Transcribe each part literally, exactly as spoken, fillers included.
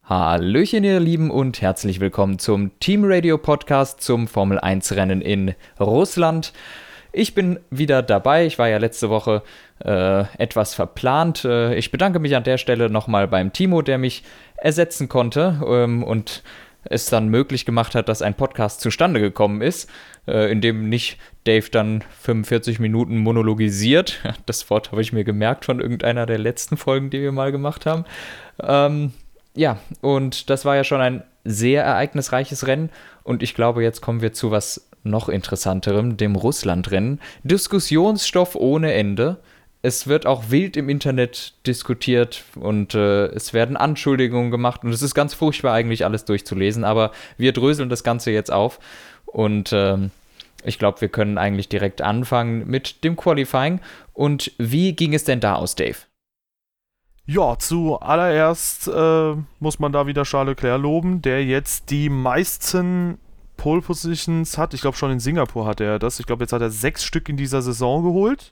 Hallöchen ihr Lieben und herzlich willkommen zum Team Radio Podcast zum Formel eins Rennen in Russland. Ich bin wieder dabei, ich war ja letzte Woche äh, etwas verplant. Äh, ich bedanke mich an der Stelle nochmal beim Timo, der mich ersetzen konnte ähm, und es dann möglich gemacht hat, dass ein Podcast zustande gekommen ist, äh, in dem nicht Dave dann fünfundvierzig Minuten monologisiert. Das Wort habe ich mir gemerkt von irgendeiner der letzten Folgen, die wir mal gemacht haben. Ähm, Ja, und das war ja schon ein sehr ereignisreiches Rennen und ich glaube, jetzt kommen wir zu was noch interessanterem, dem Russland-Rennen. Diskussionsstoff ohne Ende. Es wird auch wild im Internet diskutiert und äh, es werden Anschuldigungen gemacht und es ist ganz furchtbar eigentlich alles durchzulesen, aber wir dröseln das Ganze jetzt auf und ähm, ich glaube, wir können eigentlich direkt anfangen mit dem Qualifying. Und wie ging es denn da aus, Dave? Ja, zuallererst äh, muss man da wieder Charles Leclerc loben, der jetzt die meisten Pole Positions hat. Ich glaube, schon in Singapur hatte er das. Ich glaube, jetzt hat er sechs Stück in dieser Saison geholt.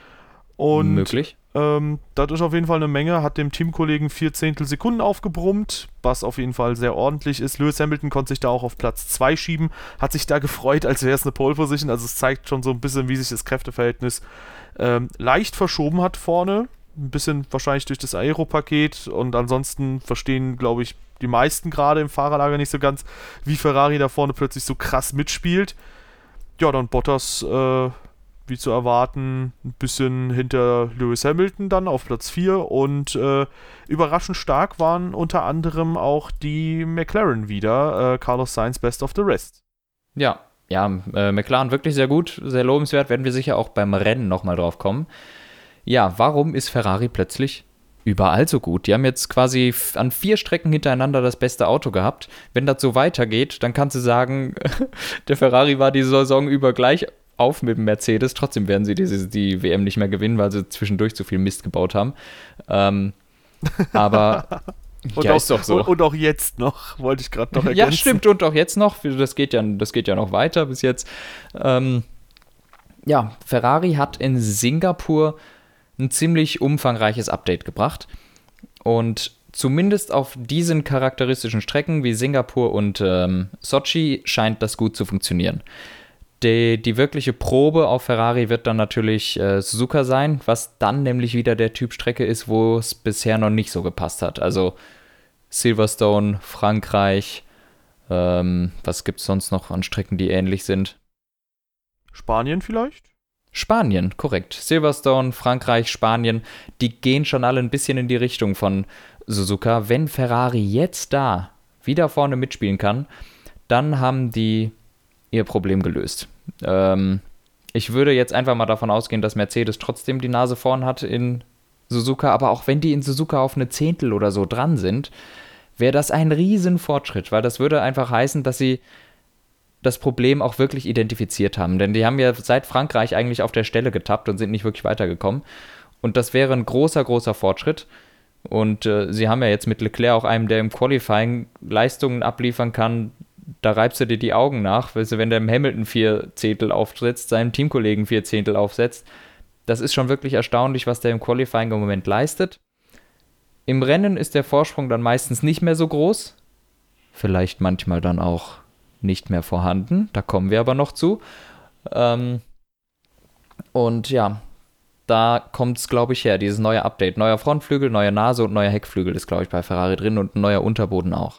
Und Möglich. Ähm, das ist auf jeden Fall eine Menge. Hat dem Teamkollegen vier Zehntel Sekunden aufgebrummt, was auf jeden Fall sehr ordentlich ist. Lewis Hamilton konnte sich da auch auf Platz zwei schieben. Hat sich da gefreut, als wäre es eine Pole Position. Also es zeigt schon so ein bisschen, wie sich das Kräfteverhältnis ähm, leicht verschoben hat vorne. Ein bisschen wahrscheinlich durch das Aero-Paket und ansonsten verstehen, glaube ich, die meisten gerade im Fahrerlager nicht so ganz, wie Ferrari da vorne plötzlich so krass mitspielt. Ja, dann Bottas, äh, wie zu erwarten, ein bisschen hinter Lewis Hamilton dann auf Platz vier und äh, überraschend stark waren unter anderem auch die McLaren wieder, äh, Carlos Sainz Best of the Rest. Ja, ja, äh, McLaren wirklich sehr gut, sehr lobenswert, werden wir sicher auch beim Rennen nochmal drauf kommen. Ja, warum ist Ferrari plötzlich überall so gut? Die haben jetzt quasi f- an vier Strecken hintereinander das beste Auto gehabt. Wenn das so weitergeht, dann kannst du sagen, der Ferrari war die Saison über gleich auf mit dem Mercedes. Trotzdem werden sie diese, die W M nicht mehr gewinnen, weil sie zwischendurch zu viel Mist gebaut haben. Ähm, aber und ja, auch, ist doch so. Und, und auch jetzt noch, wollte ich gerade noch ergänzen. Ja, stimmt, und auch jetzt noch. Das geht ja, das geht ja noch weiter bis jetzt. Ähm, ja, Ferrari hat in Singapur ein ziemlich umfangreiches Update gebracht und zumindest auf diesen charakteristischen Strecken wie Singapur und ähm, Sochi scheint das gut zu funktionieren. Die, die wirkliche Probe auf Ferrari wird dann natürlich äh, Suzuka sein, was dann nämlich wieder der Typ Strecke ist, wo es bisher noch nicht so gepasst hat. Also Silverstone, Frankreich, ähm, was gibt es sonst noch an Strecken, die ähnlich sind? Spanien vielleicht? Spanien, korrekt. Silverstone, Frankreich, Spanien, die gehen schon alle ein bisschen in die Richtung von Suzuka. Wenn Ferrari jetzt da wieder vorne mitspielen kann, dann haben die ihr Problem gelöst. Ähm, ich würde jetzt einfach mal davon ausgehen, dass Mercedes trotzdem die Nase vorn hat in Suzuka, aber auch wenn die in Suzuka auf eine Zehntel oder so dran sind, wäre das ein riesen Fortschritt, weil das würde einfach heißen, dass sie das Problem auch wirklich identifiziert haben. Denn die haben ja seit Frankreich eigentlich auf der Stelle getappt und sind nicht wirklich weitergekommen. Und das wäre ein großer, großer Fortschritt. Und äh, sie haben ja jetzt mit Leclerc auch einen, der im Qualifying Leistungen abliefern kann. Da reibst du dir die Augen nach, weißt du, wenn der im Hamilton vier Zehntel aufsetzt, seinem Teamkollegen vier Zehntel aufsetzt. Das ist schon wirklich erstaunlich, was der im Qualifying im Moment leistet. Im Rennen ist der Vorsprung dann meistens nicht mehr so groß. Vielleicht manchmal dann auch nicht mehr vorhanden, da kommen wir aber noch zu. Ähm, und ja, da kommt es, glaube ich, her, dieses neue Update. Neuer Frontflügel, neue Nase und neuer Heckflügel ist, glaube ich, bei Ferrari drin und ein neuer Unterboden auch.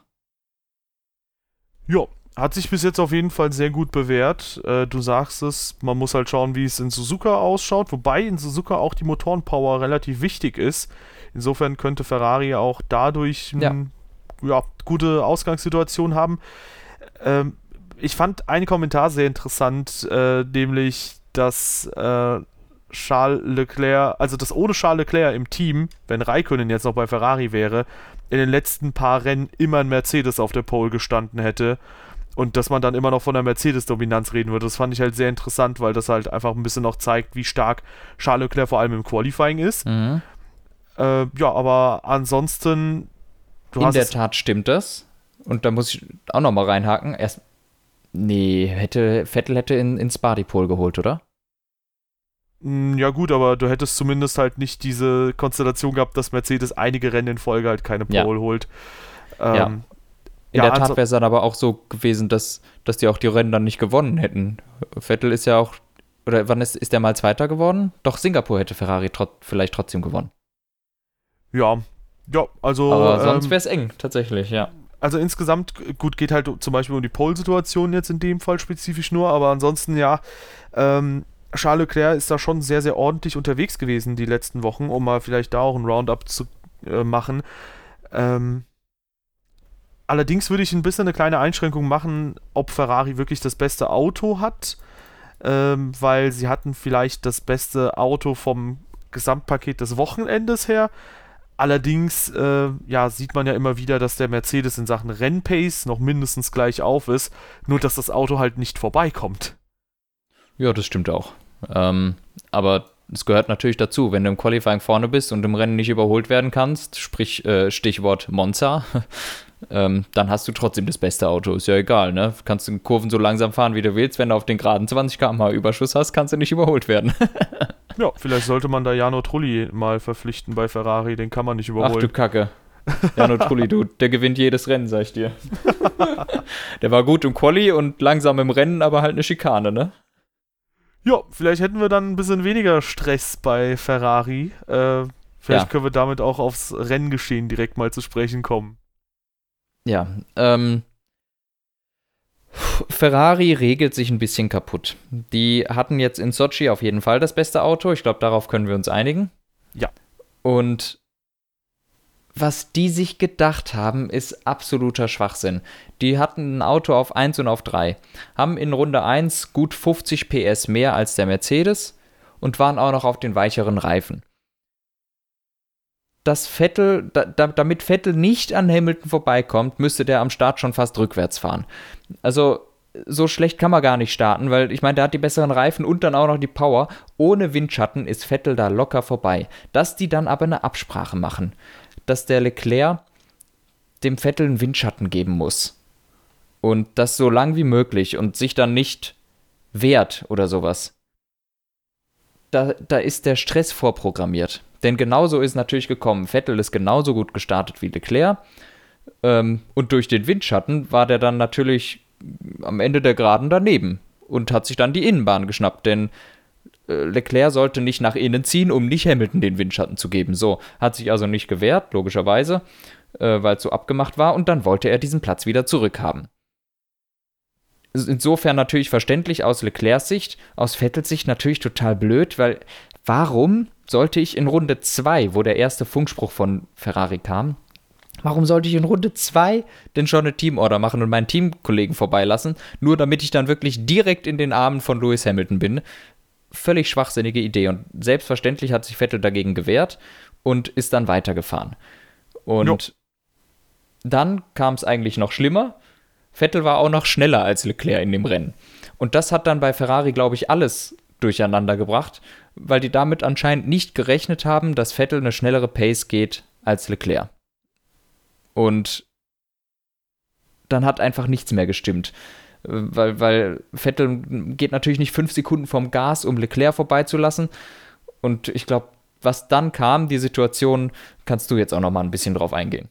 Ja, hat sich bis jetzt auf jeden Fall sehr gut bewährt. Äh, du sagst es, man muss halt schauen, wie es in Suzuka ausschaut, wobei in Suzuka auch die Motorenpower relativ wichtig ist. Insofern könnte Ferrari auch dadurch Ja. eine ja, gute Ausgangssituation haben. Ähm, ich fand einen Kommentar sehr interessant, äh, nämlich, dass äh, Charles Leclerc, also dass ohne Charles Leclerc im Team, wenn Räikkönen jetzt noch bei Ferrari wäre, in den letzten paar Rennen immer ein Mercedes auf der Pole gestanden hätte und dass man dann immer noch von der Mercedes-Dominanz reden würde. Das fand ich halt sehr interessant, weil das halt einfach ein bisschen noch zeigt, wie stark Charles Leclerc vor allem im Qualifying ist. Mhm. Äh, ja, aber ansonsten... Du in hast der Tat stimmt das. Und da muss ich auch noch mal reinhaken. Erst, nee, hätte, Vettel hätte in, in Spa die Pole geholt, oder? Ja gut, aber du hättest zumindest halt nicht diese Konstellation gehabt, dass Mercedes einige Rennen in Folge halt keine Pole Ja. holt. Ähm, ja. In ja, der Tat also, wäre es dann aber auch so gewesen, dass, dass die auch die Rennen dann nicht gewonnen hätten. Vettel ist ja auch, oder wann ist, ist der mal Zweiter geworden? Doch, Singapur hätte Ferrari trot, vielleicht trotzdem gewonnen. ja, ja, also. Aber sonst ähm, wäre es eng, tatsächlich, ja. Also insgesamt, gut, geht halt zum Beispiel um die Pole-Situation jetzt in dem Fall spezifisch nur, aber ansonsten ja, ähm, Charles Leclerc ist da schon sehr, sehr ordentlich unterwegs gewesen die letzten Wochen, um mal vielleicht da auch ein Roundup zu äh, machen. Ähm, allerdings würde ich ein bisschen eine kleine Einschränkung machen, ob Ferrari wirklich das beste Auto hat, ähm, weil sie hatten vielleicht das beste Auto vom Gesamtpaket des Wochenendes her. Allerdings äh, ja, sieht man ja immer wieder, dass der Mercedes in Sachen Rennpace noch mindestens gleich auf ist, nur dass das Auto halt nicht vorbeikommt. Ja, das stimmt auch. Ähm, aber es gehört natürlich dazu, wenn du im Qualifying vorne bist und im Rennen nicht überholt werden kannst, sprich äh, Stichwort Monza, ähm, dann hast du trotzdem das beste Auto. Ist ja egal, ne? Du kannst in Kurven so langsam fahren, wie du willst. Wenn du auf den geraden zwanzig Kilometer pro Stunde Überschuss hast, kannst du nicht überholt werden. Ja, vielleicht sollte man da Jarno Trulli mal verpflichten bei Ferrari, den kann man nicht überholen. Ach du Kacke. Jarno Trulli, du, der gewinnt jedes Rennen, sag ich dir. Der war gut im Quali und langsam im Rennen, aber halt eine Schikane, ne? Ja, vielleicht hätten wir dann ein bisschen weniger Stress bei Ferrari. Äh, vielleicht Ja. können wir damit auch aufs Renngeschehen direkt mal zu sprechen kommen. Ja, ähm, Ferrari regelt sich ein bisschen kaputt. Die hatten jetzt in Sochi auf jeden Fall das beste Auto. Ich glaube, darauf können wir uns einigen. Ja. Und was die sich gedacht haben, ist absoluter Schwachsinn. Die hatten ein Auto auf eins und auf drei, haben in Runde eins gut fünfzig P S mehr als der Mercedes und waren auch noch auf den weicheren Reifen. Dass Vettel, da, damit Vettel nicht an Hamilton vorbeikommt, müsste der am Start schon fast rückwärts fahren. Also so schlecht kann man gar nicht starten, weil ich meine, der hat die besseren Reifen und dann auch noch die Power. Ohne Windschatten ist Vettel da locker vorbei. Dass die dann aber eine Absprache machen, dass der Leclerc dem Vettel einen Windschatten geben muss. Und das so lang wie möglich und sich dann nicht wehrt oder sowas. Da, da ist der Stress vorprogrammiert. Denn genauso ist natürlich gekommen. Vettel ist genauso gut gestartet wie Leclerc. Ähm, und durch den Windschatten war der dann natürlich am Ende der Geraden daneben und hat sich dann die Innenbahn geschnappt. Denn äh, Leclerc sollte nicht nach innen ziehen, um nicht Hamilton den Windschatten zu geben. So, hat sich also nicht gewehrt, logischerweise, äh, weil es so abgemacht war. Und dann wollte er diesen Platz wieder zurückhaben. Insofern natürlich verständlich aus Leclercs Sicht, aus Vettels Sicht natürlich total blöd, weil warum sollte ich in Runde zwei, wo der erste Funkspruch von Ferrari kam, warum sollte ich in Runde zwei denn schon eine Teamorder machen und meinen Teamkollegen vorbeilassen, nur damit ich dann wirklich direkt in den Armen von Lewis Hamilton bin? Völlig schwachsinnige Idee und selbstverständlich hat sich Vettel dagegen gewehrt und ist dann weitergefahren. Und jo. Dann kam es eigentlich noch schlimmer. Vettel war auch noch schneller als Leclerc in dem Rennen. Und das hat dann bei Ferrari, glaube ich, alles durcheinander gebracht, weil die damit anscheinend nicht gerechnet haben, dass Vettel eine schnellere Pace geht als Leclerc. Und dann hat einfach nichts mehr gestimmt. Weil, weil Vettel geht natürlich nicht fünf Sekunden vom Gas, um Leclerc vorbeizulassen. Und ich glaube, was dann kam, die Situation, kannst du jetzt auch noch mal ein bisschen drauf eingehen.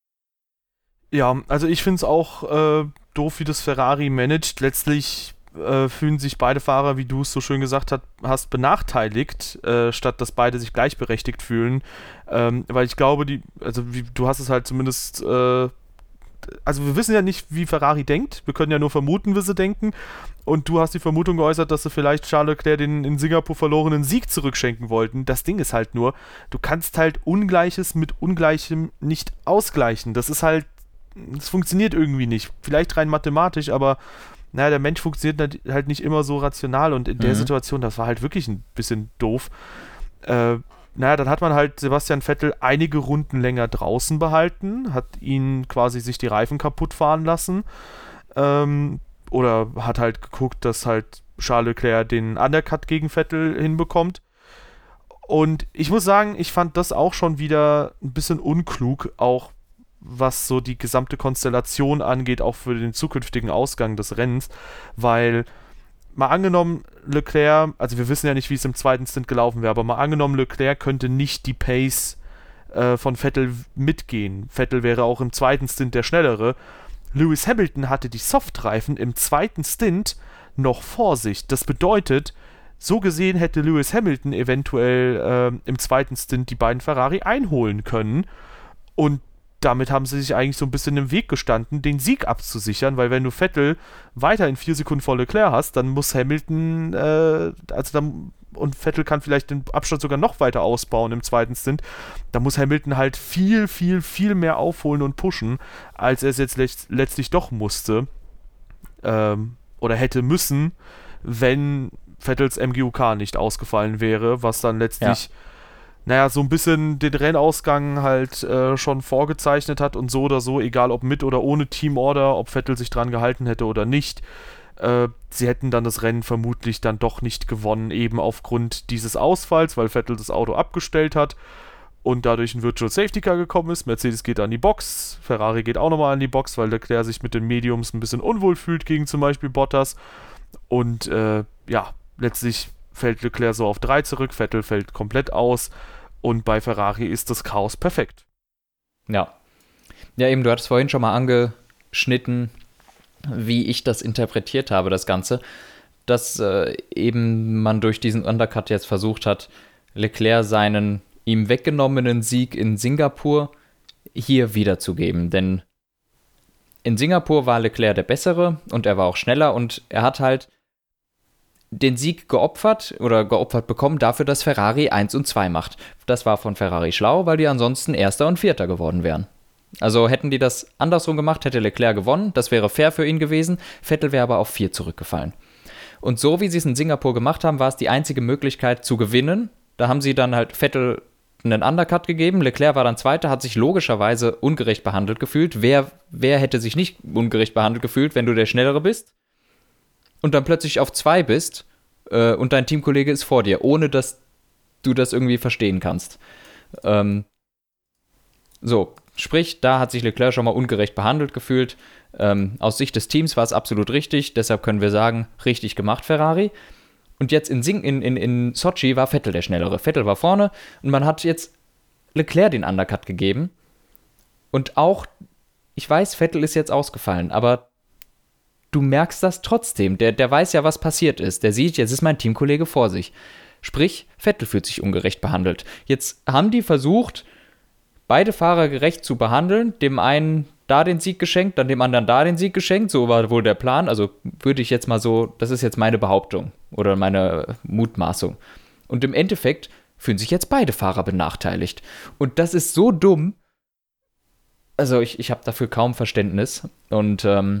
Ja, also ich finde es auch äh, doof, wie das Ferrari managt. Letztlich äh, fühlen sich beide Fahrer, wie du es so schön gesagt hat, hast, benachteiligt, äh, statt dass beide sich gleichberechtigt fühlen. Ähm, weil ich glaube, die, also wie, du hast es halt zumindest, äh, also wir wissen ja nicht, wie Ferrari denkt. Wir können ja nur vermuten, wie sie denken. Und du hast die Vermutung geäußert, dass sie vielleicht Charles Leclerc den in Singapur verlorenen Sieg zurückschenken wollten. Das Ding ist halt nur, du kannst halt Ungleiches mit Ungleichem nicht ausgleichen. Das ist halt Es funktioniert irgendwie nicht. Vielleicht rein mathematisch, aber naja, der Mensch funktioniert halt nicht immer so rational und in mhm. der Situation, das war halt wirklich ein bisschen doof. Äh, naja, dann hat man halt Sebastian Vettel einige Runden länger draußen behalten, hat ihn quasi sich die Reifen kaputt fahren lassen ähm, oder hat halt geguckt, dass halt Charles Leclerc den Undercut gegen Vettel hinbekommt. Und ich muss sagen, ich fand das auch schon wieder ein bisschen unklug, auch was so die gesamte Konstellation angeht, auch für den zukünftigen Ausgang des Rennens, weil mal angenommen, Leclerc, also wir wissen ja nicht, wie es im zweiten Stint gelaufen wäre, aber mal angenommen, Leclerc könnte nicht die Pace äh, von Vettel mitgehen. Vettel wäre auch im zweiten Stint der Schnellere. Lewis Hamilton hatte die Softreifen im zweiten Stint noch vor sich. Das bedeutet, so gesehen hätte Lewis Hamilton eventuell äh, im zweiten Stint die beiden Ferrari einholen können. Und damit haben sie sich eigentlich so ein bisschen im Weg gestanden, den Sieg abzusichern, weil wenn du Vettel weiter in vier Sekunden vor Leclerc hast, dann muss Hamilton, äh, also dann, und Vettel kann vielleicht den Abstand sogar noch weiter ausbauen im zweiten Stint, da muss Hamilton halt viel, viel, viel mehr aufholen und pushen, als er es jetzt letzt, letztlich doch musste, ähm, oder hätte müssen, wenn Vettels M G U K nicht ausgefallen wäre, was dann letztlich... Ja. naja, so ein bisschen den Rennausgang halt äh, schon vorgezeichnet hat und so oder so, egal ob mit oder ohne Teamorder, ob Vettel sich dran gehalten hätte oder nicht, äh, sie hätten dann das Rennen vermutlich dann doch nicht gewonnen, eben aufgrund dieses Ausfalls, weil Vettel das Auto abgestellt hat und dadurch ein Virtual Safety Car gekommen ist. Mercedes geht an die Box, Ferrari geht auch nochmal an die Box, weil Leclerc sich mit den Mediums ein bisschen unwohl fühlt gegen zum Beispiel Bottas und äh, ja, letztlich fällt Leclerc so auf drei zurück, Vettel fällt komplett aus und bei Ferrari ist das Chaos perfekt. Ja. Ja, eben, du hattest vorhin schon mal angeschnitten, wie ich das interpretiert habe, das Ganze, dass äh, eben man durch diesen Undercut jetzt versucht hat, Leclerc seinen ihm weggenommenen Sieg in Singapur hier wiederzugeben, denn in Singapur war Leclerc der Bessere und er war auch schneller und er hat halt den Sieg geopfert oder geopfert bekommen dafür, dass Ferrari eins und zwei macht. Das war von Ferrari schlau, weil die ansonsten Erster und Vierter geworden wären. Also hätten die das andersrum gemacht, hätte Leclerc gewonnen, das wäre fair für ihn gewesen, Vettel wäre aber auf vier zurückgefallen. Und so wie sie es in Singapur gemacht haben, war es die einzige Möglichkeit zu gewinnen. Da haben sie dann halt Vettel einen Undercut gegeben, Leclerc war dann Zweiter, hat sich logischerweise ungerecht behandelt gefühlt. Wer, wer hätte sich nicht ungerecht behandelt gefühlt, wenn du der Schnellere bist? Und dann plötzlich auf zwei bist äh, und dein Teamkollege ist vor dir, ohne dass du das irgendwie verstehen kannst. Ähm, so, sprich, da hat sich Leclerc schon mal ungerecht behandelt gefühlt. Ähm, aus Sicht des Teams war es absolut richtig, deshalb können wir sagen, richtig gemacht, Ferrari. Und jetzt in, Sing- in, in, in Sochi war Vettel der Schnellere. Vettel war vorne und man hat jetzt Leclerc den Undercut gegeben. Und auch, ich weiß, Vettel ist jetzt ausgefallen, aber du merkst das trotzdem. Der, der weiß ja, was passiert ist. Der sieht, jetzt ist mein Teamkollege vor sich. Sprich, Vettel fühlt sich ungerecht behandelt. Jetzt haben die versucht, beide Fahrer gerecht zu behandeln. Dem einen da den Sieg geschenkt, dann dem anderen da den Sieg geschenkt. So war wohl der Plan. Also würde ich jetzt mal so, das ist jetzt meine Behauptung oder meine Mutmaßung. Und im Endeffekt fühlen sich jetzt beide Fahrer benachteiligt. Und das ist so dumm. Also ich, ich habe dafür kaum Verständnis. Und ähm,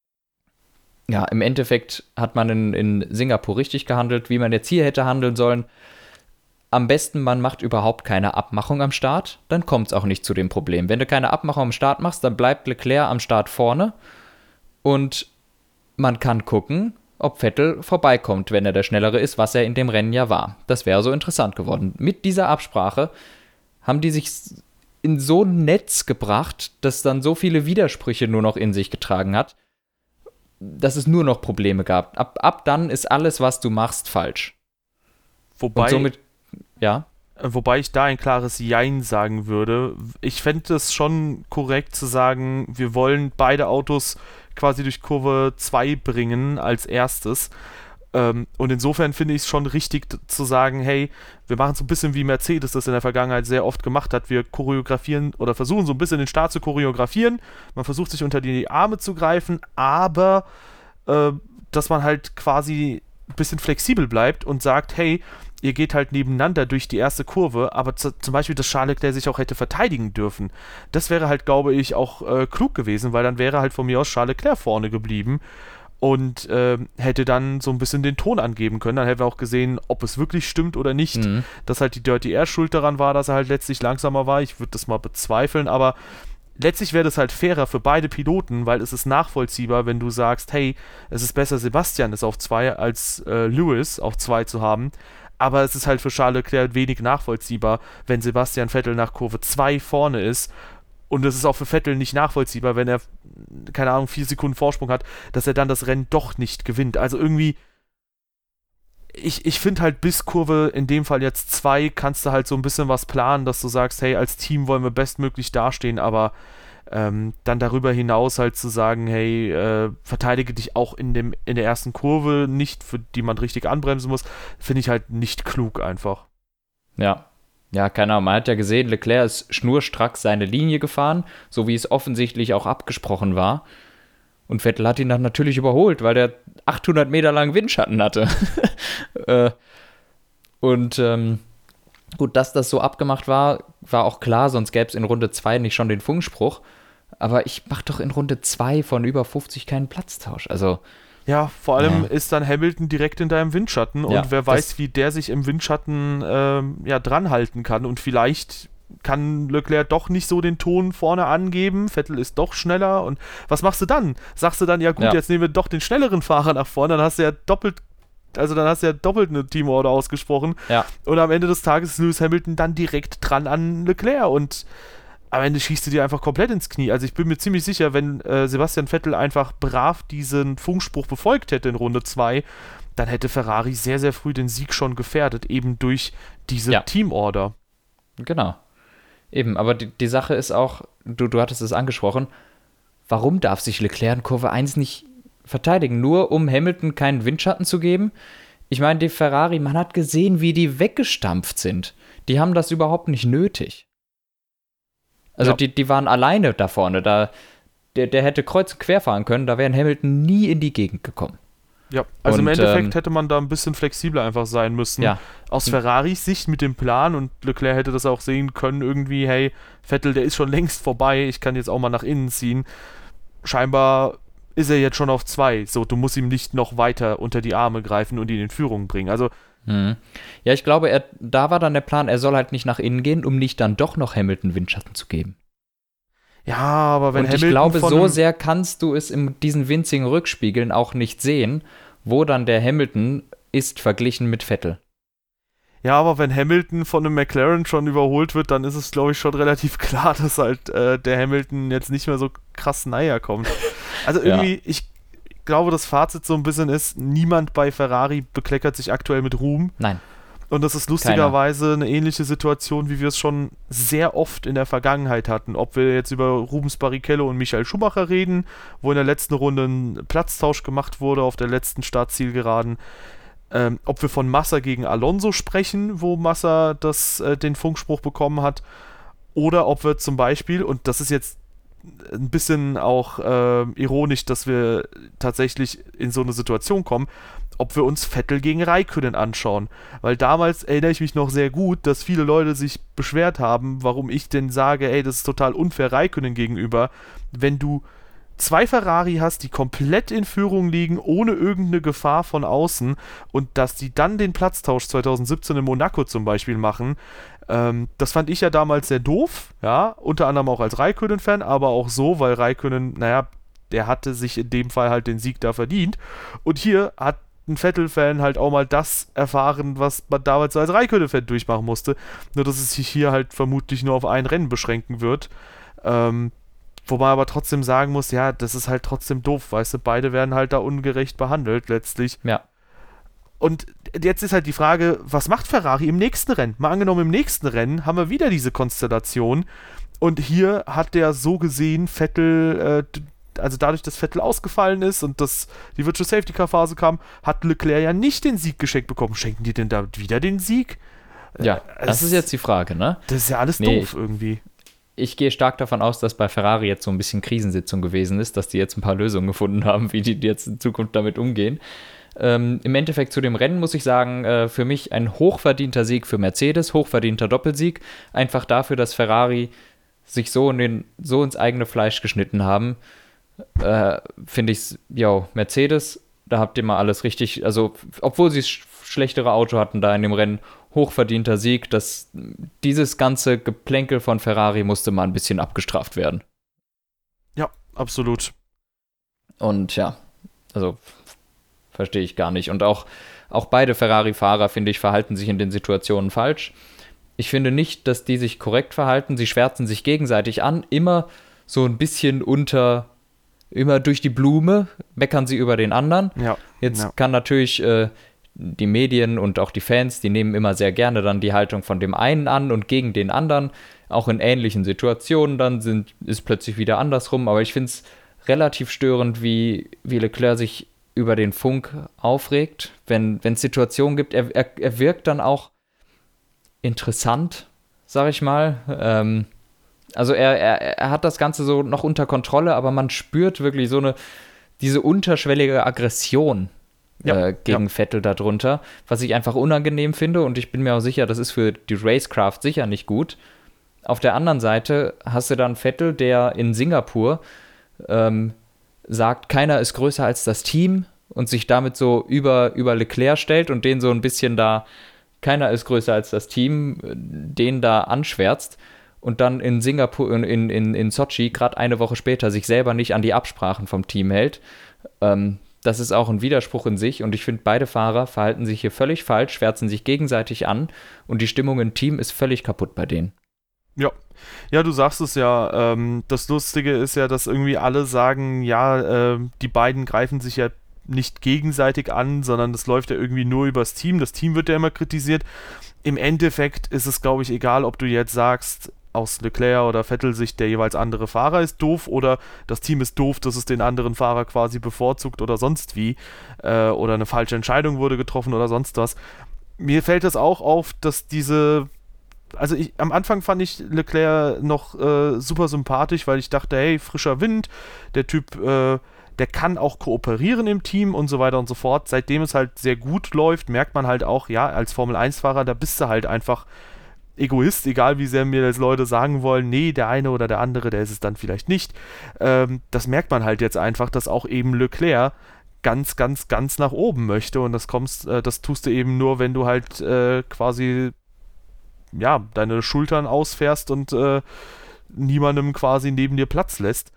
ja, im Endeffekt hat man in, in Singapur richtig gehandelt, wie man jetzt hier hätte handeln sollen. Am besten, man macht überhaupt keine Abmachung am Start, dann kommt es auch nicht zu dem Problem. Wenn du keine Abmachung am Start machst, dann bleibt Leclerc am Start vorne und man kann gucken, ob Vettel vorbeikommt, wenn er der Schnellere ist, was er in dem Rennen ja war. Das wäre so interessant geworden. Mit dieser Absprache haben die sich in so ein Netz gebracht, das dann so viele Widersprüche nur noch in sich getragen hat, dass es nur noch Probleme gab. Ab, ab dann ist alles, was du machst, falsch. Wobei, und somit, ja. Wobei ich da ein klares Jein sagen würde. Ich fände es schon korrekt zu sagen, wir wollen beide Autos quasi durch Kurve zwei bringen als erstes. Ähm, und insofern finde ich es schon richtig zu sagen, hey, wir machen so ein bisschen wie Mercedes das in der Vergangenheit sehr oft gemacht hat. Wir choreografieren oder versuchen so ein bisschen den Start zu choreografieren. Man versucht sich unter die Arme zu greifen, aber äh, dass man halt quasi ein bisschen flexibel bleibt und sagt, hey, ihr geht halt nebeneinander durch die erste Kurve, aber z- zum Beispiel, dass Charles Leclerc sich auch hätte verteidigen dürfen. Das wäre halt, glaube ich, auch äh, klug gewesen, weil dann wäre halt von mir aus Charles Leclerc vorne geblieben und äh, hätte dann so ein bisschen den Ton angeben können. Dann hätten wir auch gesehen, ob es wirklich stimmt oder nicht, mhm. dass halt die Dirty Air schuld daran war, dass er halt letztlich langsamer war. Ich würde das mal bezweifeln, aber letztlich wäre das halt fairer für beide Piloten, weil es ist nachvollziehbar, wenn du sagst, hey, es ist besser, Sebastian ist auf zwei, als äh, Lewis auf zwei zu haben. Aber es ist halt für Charles Leclerc wenig nachvollziehbar, wenn Sebastian Vettel nach Kurve zwei vorne ist. Und es ist auch für Vettel nicht nachvollziehbar, wenn er, keine Ahnung, vier Sekunden Vorsprung hat, dass er dann das Rennen doch nicht gewinnt. Also irgendwie, ich, ich finde halt bis Kurve, in dem Fall jetzt zwei, kannst du halt so ein bisschen was planen, dass du sagst, hey, als Team wollen wir bestmöglich dastehen, aber ähm, dann darüber hinaus halt zu sagen, hey, äh, verteidige dich auch in, dem, in der ersten Kurve nicht, für die man richtig anbremsen muss, finde ich halt nicht klug einfach. Ja. Ja, keine Ahnung, man hat ja gesehen, Leclerc ist schnurstracks seine Linie gefahren, so wie es offensichtlich auch abgesprochen war. Und Vettel hat ihn dann natürlich überholt, weil der achthundert Meter lang Windschatten hatte. äh, und ähm, gut, dass das so abgemacht war, war auch klar, sonst gäbe es in Runde zwei nicht schon den Funkspruch. Aber ich mach doch in Runde zwei von über fünfzig keinen Platztausch. Also ja, vor allem ja. ist dann Hamilton direkt in deinem Windschatten und Ja, wer weiß, wie der sich im Windschatten ähm, ja, dranhalten kann und vielleicht kann Leclerc doch nicht so den Ton vorne angeben, Vettel ist doch schneller und was machst du dann? Sagst du dann, ja gut, Ja. jetzt nehmen wir doch den schnelleren Fahrer nach vorne, dann hast du ja doppelt, also dann hast du ja doppelt eine Teamorder ausgesprochen Ja. und am Ende des Tages ist Lewis Hamilton dann direkt dran an Leclerc und am Ende schießt du dir einfach komplett ins Knie. Also ich bin mir ziemlich sicher, wenn äh, Sebastian Vettel einfach brav diesen Funkspruch befolgt hätte in Runde zwei, dann hätte Ferrari sehr, sehr früh den Sieg schon gefährdet, eben durch diese Ja. Teamorder. Genau. Eben, aber die, die Sache ist auch, du, du hattest es angesprochen, warum darf sich Leclerc in Kurve eins nicht verteidigen? Nur um Hamilton keinen Windschatten zu geben? Ich meine, die Ferrari, man hat gesehen, wie die weggestampft sind. Die haben das überhaupt nicht nötig. Also Ja. die, die waren alleine da vorne. Da, der, der hätte kreuz und quer fahren können, da wäre Hamilton nie in die Gegend gekommen. Ja, also Und, im Endeffekt ähm, hätte man da ein bisschen flexibler einfach sein müssen. Ja. Aus Ferraris Sicht mit dem Plan und Leclerc hätte das auch sehen können, irgendwie, hey, Vettel, der ist schon längst vorbei, ich kann jetzt auch mal nach innen ziehen. Scheinbar ist er jetzt schon auf zwei. So, du musst ihm nicht noch weiter unter die Arme greifen und ihn in Führung bringen. Also, Hm. Ja, ich glaube, er, da war dann der Plan, er soll halt nicht nach innen gehen, um nicht dann doch noch Hamilton Windschatten zu geben. ja, aber wenn Und ich Hamilton glaube, von so einem- sehr kannst du es in diesen winzigen Rückspiegeln auch nicht sehen, wo dann der Hamilton ist verglichen mit Vettel. Ja, aber wenn Hamilton von einem McLaren schon überholt wird, dann ist es, glaube ich, schon relativ klar, dass halt äh, der Hamilton jetzt nicht mehr so krass näher kommt. Also irgendwie, ja. ich glaube, das Fazit so ein bisschen ist, niemand bei Ferrari bekleckert sich aktuell mit Ruhm. Nein. Und das ist lustigerweise eine ähnliche Situation, wie wir es schon sehr oft in der Vergangenheit hatten. Ob wir jetzt über Rubens Barrichello und Michael Schumacher reden, wo in der letzten Runde ein Platztausch gemacht wurde auf der letzten Startzielgeraden. Ähm, ob wir von Massa gegen Alonso sprechen, wo Massa das, äh, den Funkspruch bekommen hat. Oder ob wir zum Beispiel, und das ist jetzt ein bisschen auch äh, ironisch, dass wir tatsächlich in so eine Situation kommen, ob wir uns Vettel gegen Räikkönen anschauen. Weil damals erinnere ich mich noch sehr gut, dass viele Leute sich beschwert haben, warum ich denn sage, ey, das ist total unfair Räikkönen gegenüber, wenn du zwei Ferrari hast, die komplett in Führung liegen, ohne irgendeine Gefahr von außen und dass die dann den Platztausch zwanzig siebzehn in Monaco zum Beispiel machen, ähm, das fand ich ja damals sehr doof, ja, unter anderem auch als Räikkönen-Fan, aber auch so, weil Räikkönen, naja, der hatte sich in dem Fall halt den Sieg da verdient und hier hat ein Vettel-Fan halt auch mal das erfahren, was man damals als Räikkönen-Fan durchmachen musste, nur dass es sich hier halt vermutlich nur auf ein Rennen beschränken wird, ähm, wo man aber trotzdem sagen muss, ja, das ist halt trotzdem doof, weißt du, beide werden halt da ungerecht behandelt letztlich. Ja. Und jetzt ist halt die Frage, was macht Ferrari im nächsten Rennen? Mal angenommen, im nächsten Rennen haben wir wieder diese Konstellation und hier hat der so gesehen Vettel, äh, also dadurch, dass Vettel ausgefallen ist und dass die Virtual Safety Car Phase kam, hat Leclerc ja nicht den Sieg geschenkt bekommen. Schenken die denn da wieder den Sieg? Ja, äh, das ist jetzt die Frage, ne? Das ist ja alles nee, doof irgendwie. Ich gehe stark davon aus, dass bei Ferrari jetzt so ein bisschen Krisensitzung gewesen ist, dass die jetzt ein paar Lösungen gefunden haben, wie die jetzt in Zukunft damit umgehen. Ähm, Im Endeffekt zu dem Rennen muss ich sagen, äh, für mich ein hochverdienter Sieg für Mercedes, hochverdienter Doppelsieg. Einfach dafür, dass Ferrari sich so, in den, so ins eigene Fleisch geschnitten haben, äh, finde ich, ja, Mercedes, da habt ihr mal alles richtig, also obwohl sie das schlechtere Auto hatten da in dem Rennen, hochverdienter Sieg, dass dieses ganze Geplänkel von Ferrari musste mal ein bisschen abgestraft werden. Ja, absolut. Und ja, also verstehe ich gar nicht. Und auch, auch beide Ferrari-Fahrer, finde ich, verhalten sich in den Situationen falsch. Ich finde nicht, dass die sich korrekt verhalten. Sie schwärzen sich gegenseitig an, immer so ein bisschen unter, immer durch die Blume meckern sie über den anderen. Ja. Jetzt ja. kann natürlich äh, die Medien und auch die Fans, die nehmen immer sehr gerne dann die Haltung von dem einen an und gegen den anderen. Auch in ähnlichen Situationen dann sind, ist plötzlich wieder andersrum. Aber ich finde es relativ störend, wie, wie Leclerc sich über den Funk aufregt, wenn es Situationen gibt. Er, er, er wirkt dann auch interessant, sag ich mal. Ähm, also er, er, er hat das Ganze so noch unter Kontrolle, aber man spürt wirklich so eine, diese unterschwellige Aggression ja, äh, gegen ja. Vettel darunter, was ich einfach unangenehm finde und ich bin mir auch sicher, das ist für die Racecraft sicher nicht gut. Auf der anderen Seite hast du dann Vettel, der in Singapur ähm, sagt, keiner ist größer als das Team und sich damit so über, über Leclerc stellt und den so ein bisschen da, keiner ist größer als das Team, den da anschwärzt und dann in Singapur, in, in, in Sochi, gerade eine Woche später, sich selber nicht an die Absprachen vom Team hält. Ähm, das ist auch ein Widerspruch in sich und ich finde, beide Fahrer verhalten sich hier völlig falsch, schwärzen sich gegenseitig an und die Stimmung im Team ist völlig kaputt bei denen. Ja, ja, du sagst es ja. Ähm, das Lustige ist ja, dass irgendwie alle sagen, ja, äh, die beiden greifen sich ja nicht gegenseitig an, sondern das läuft ja irgendwie nur übers Team. Das Team wird ja immer kritisiert. Im Endeffekt ist es, glaube ich, egal, ob du jetzt sagst, aus Leclerc oder Vettel-Sicht, der jeweils andere Fahrer ist doof oder das Team ist doof, dass es den anderen Fahrer quasi bevorzugt oder sonst wie äh, oder eine falsche Entscheidung wurde getroffen oder sonst was. Mir fällt es auch auf, dass diese Also ich, am Anfang fand ich Leclerc noch äh, super sympathisch, weil ich dachte, hey, frischer Wind, der Typ, äh, der kann auch kooperieren im Team und so weiter und so fort. Seitdem es halt sehr gut läuft, merkt man halt auch, ja, als Formel eins Fahrer, da bist du halt einfach Egoist, egal wie sehr mir das Leute sagen wollen, nee, der eine oder der andere, der ist es dann vielleicht nicht. Ähm, das merkt man halt jetzt einfach, dass auch eben Leclerc ganz, ganz, ganz nach oben möchte und das kommst, äh, das tust du eben nur, wenn du halt äh, quasi ja, deine Schultern ausfährst und äh, niemandem quasi neben dir Platz lässt.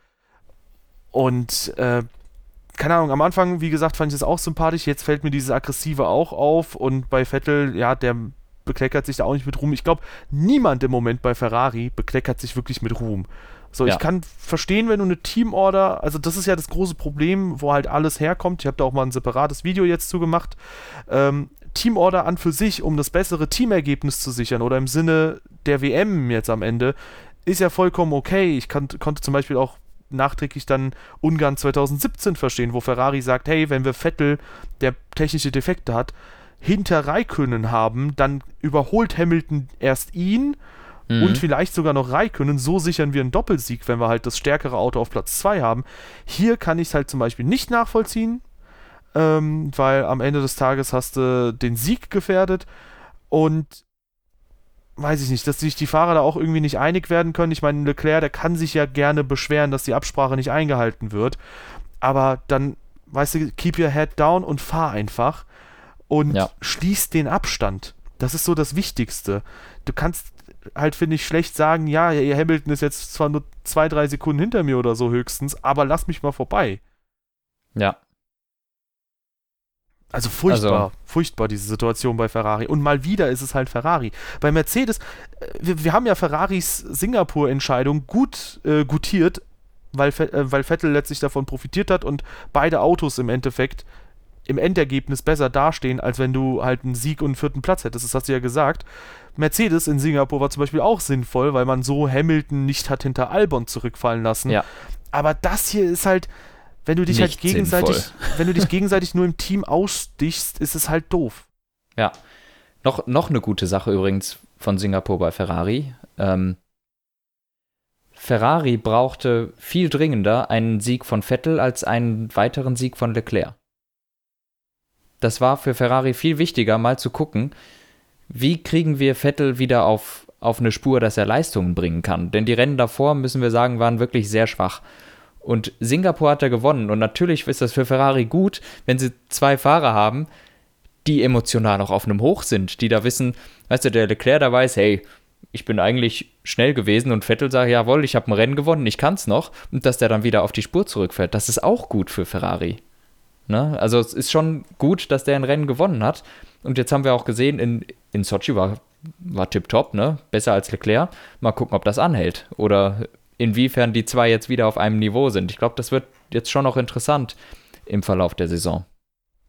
Und äh, keine Ahnung, am Anfang, wie gesagt, fand ich das auch sympathisch, jetzt fällt mir dieses Aggressive auch auf und bei Vettel, ja, der bekleckert sich da auch nicht mit Ruhm. Ich glaube, niemand im Moment bei Ferrari bekleckert sich wirklich mit Ruhm. So, ja. Ich kann verstehen, wenn du eine Teamorder, also das ist ja das große Problem, wo halt alles herkommt. Ich habe da auch mal ein separates Video jetzt zu gemacht. Ähm, Teamorder an für sich, um das bessere Teamergebnis zu sichern oder im Sinne der W M jetzt am Ende, ist ja vollkommen okay. Ich kann, konnte zum Beispiel auch nachträglich dann Ungarn zwanzig siebzehn verstehen, wo Ferrari sagt, hey, wenn wir Vettel, der technische Defekte hat, hinter Räikkönen haben, dann überholt Hamilton erst ihn mhm. und vielleicht sogar noch Räikkönen, so sichern wir einen Doppelsieg, wenn wir halt das stärkere Auto auf Platz zwei haben. Hier kann ich es halt zum Beispiel nicht nachvollziehen, ähm, weil am Ende des Tages hast du den Sieg gefährdet und weiß ich nicht, dass sich die Fahrer da auch irgendwie nicht einig werden können. Ich meine, Leclerc, der kann sich ja gerne beschweren, dass die Absprache nicht eingehalten wird, aber dann, weißt du, keep your head down und fahr einfach und ja. schließ den Abstand. Das ist so das Wichtigste. Du kannst halt, finde ich, schlecht sagen, ja, ihr Hamilton ist jetzt zwar nur zwei, drei Sekunden hinter mir oder so höchstens, aber lass mich mal vorbei. Ja. Also furchtbar, also. furchtbar diese Situation bei Ferrari. Und mal wieder ist es halt Ferrari. Bei Mercedes, wir, wir haben ja Ferraris Singapur-Entscheidung gut äh, gutiert, weil, äh, weil Vettel letztlich davon profitiert hat und beide Autos im Endeffekt im Endergebnis besser dastehen, als wenn du halt einen Sieg und einen vierten Platz hättest. Das hast du ja gesagt. Mercedes in Singapur war zum Beispiel auch sinnvoll, weil man so Hamilton nicht hat hinter Albon zurückfallen lassen. Ja. Aber das hier ist halt, wenn du dich nicht halt gegenseitig, sinnvoll. wenn du dich gegenseitig nur im Team ausstichst, ist es halt doof. Ja. Noch, noch eine gute Sache übrigens von Singapur bei Ferrari. Ähm, Ferrari brauchte viel dringender einen Sieg von Vettel als einen weiteren Sieg von Leclerc. Das war für Ferrari viel wichtiger, mal zu gucken, wie kriegen wir Vettel wieder auf, auf eine Spur, dass er Leistungen bringen kann. Denn die Rennen davor, müssen wir sagen, waren wirklich sehr schwach. Und Singapur hat er gewonnen. Und natürlich ist das für Ferrari gut, wenn sie zwei Fahrer haben, die emotional noch auf einem Hoch sind, die da wissen, weißt du, der Leclerc da weiß, hey, ich bin eigentlich schnell gewesen und Vettel sagt, jawohl, ich habe ein Rennen gewonnen, ich kann es noch. Und dass der dann wieder auf die Spur zurückfährt, das ist auch gut für Ferrari. Ne? Also es ist schon gut, dass der ein Rennen gewonnen hat. Und jetzt haben wir auch gesehen, in, in Sochi war, war tipptopp, ne? Besser als Leclerc. Mal gucken, ob das anhält. Oder inwiefern die zwei jetzt wieder auf einem Niveau sind. Ich glaube, das wird jetzt schon noch interessant im Verlauf der Saison. Ja,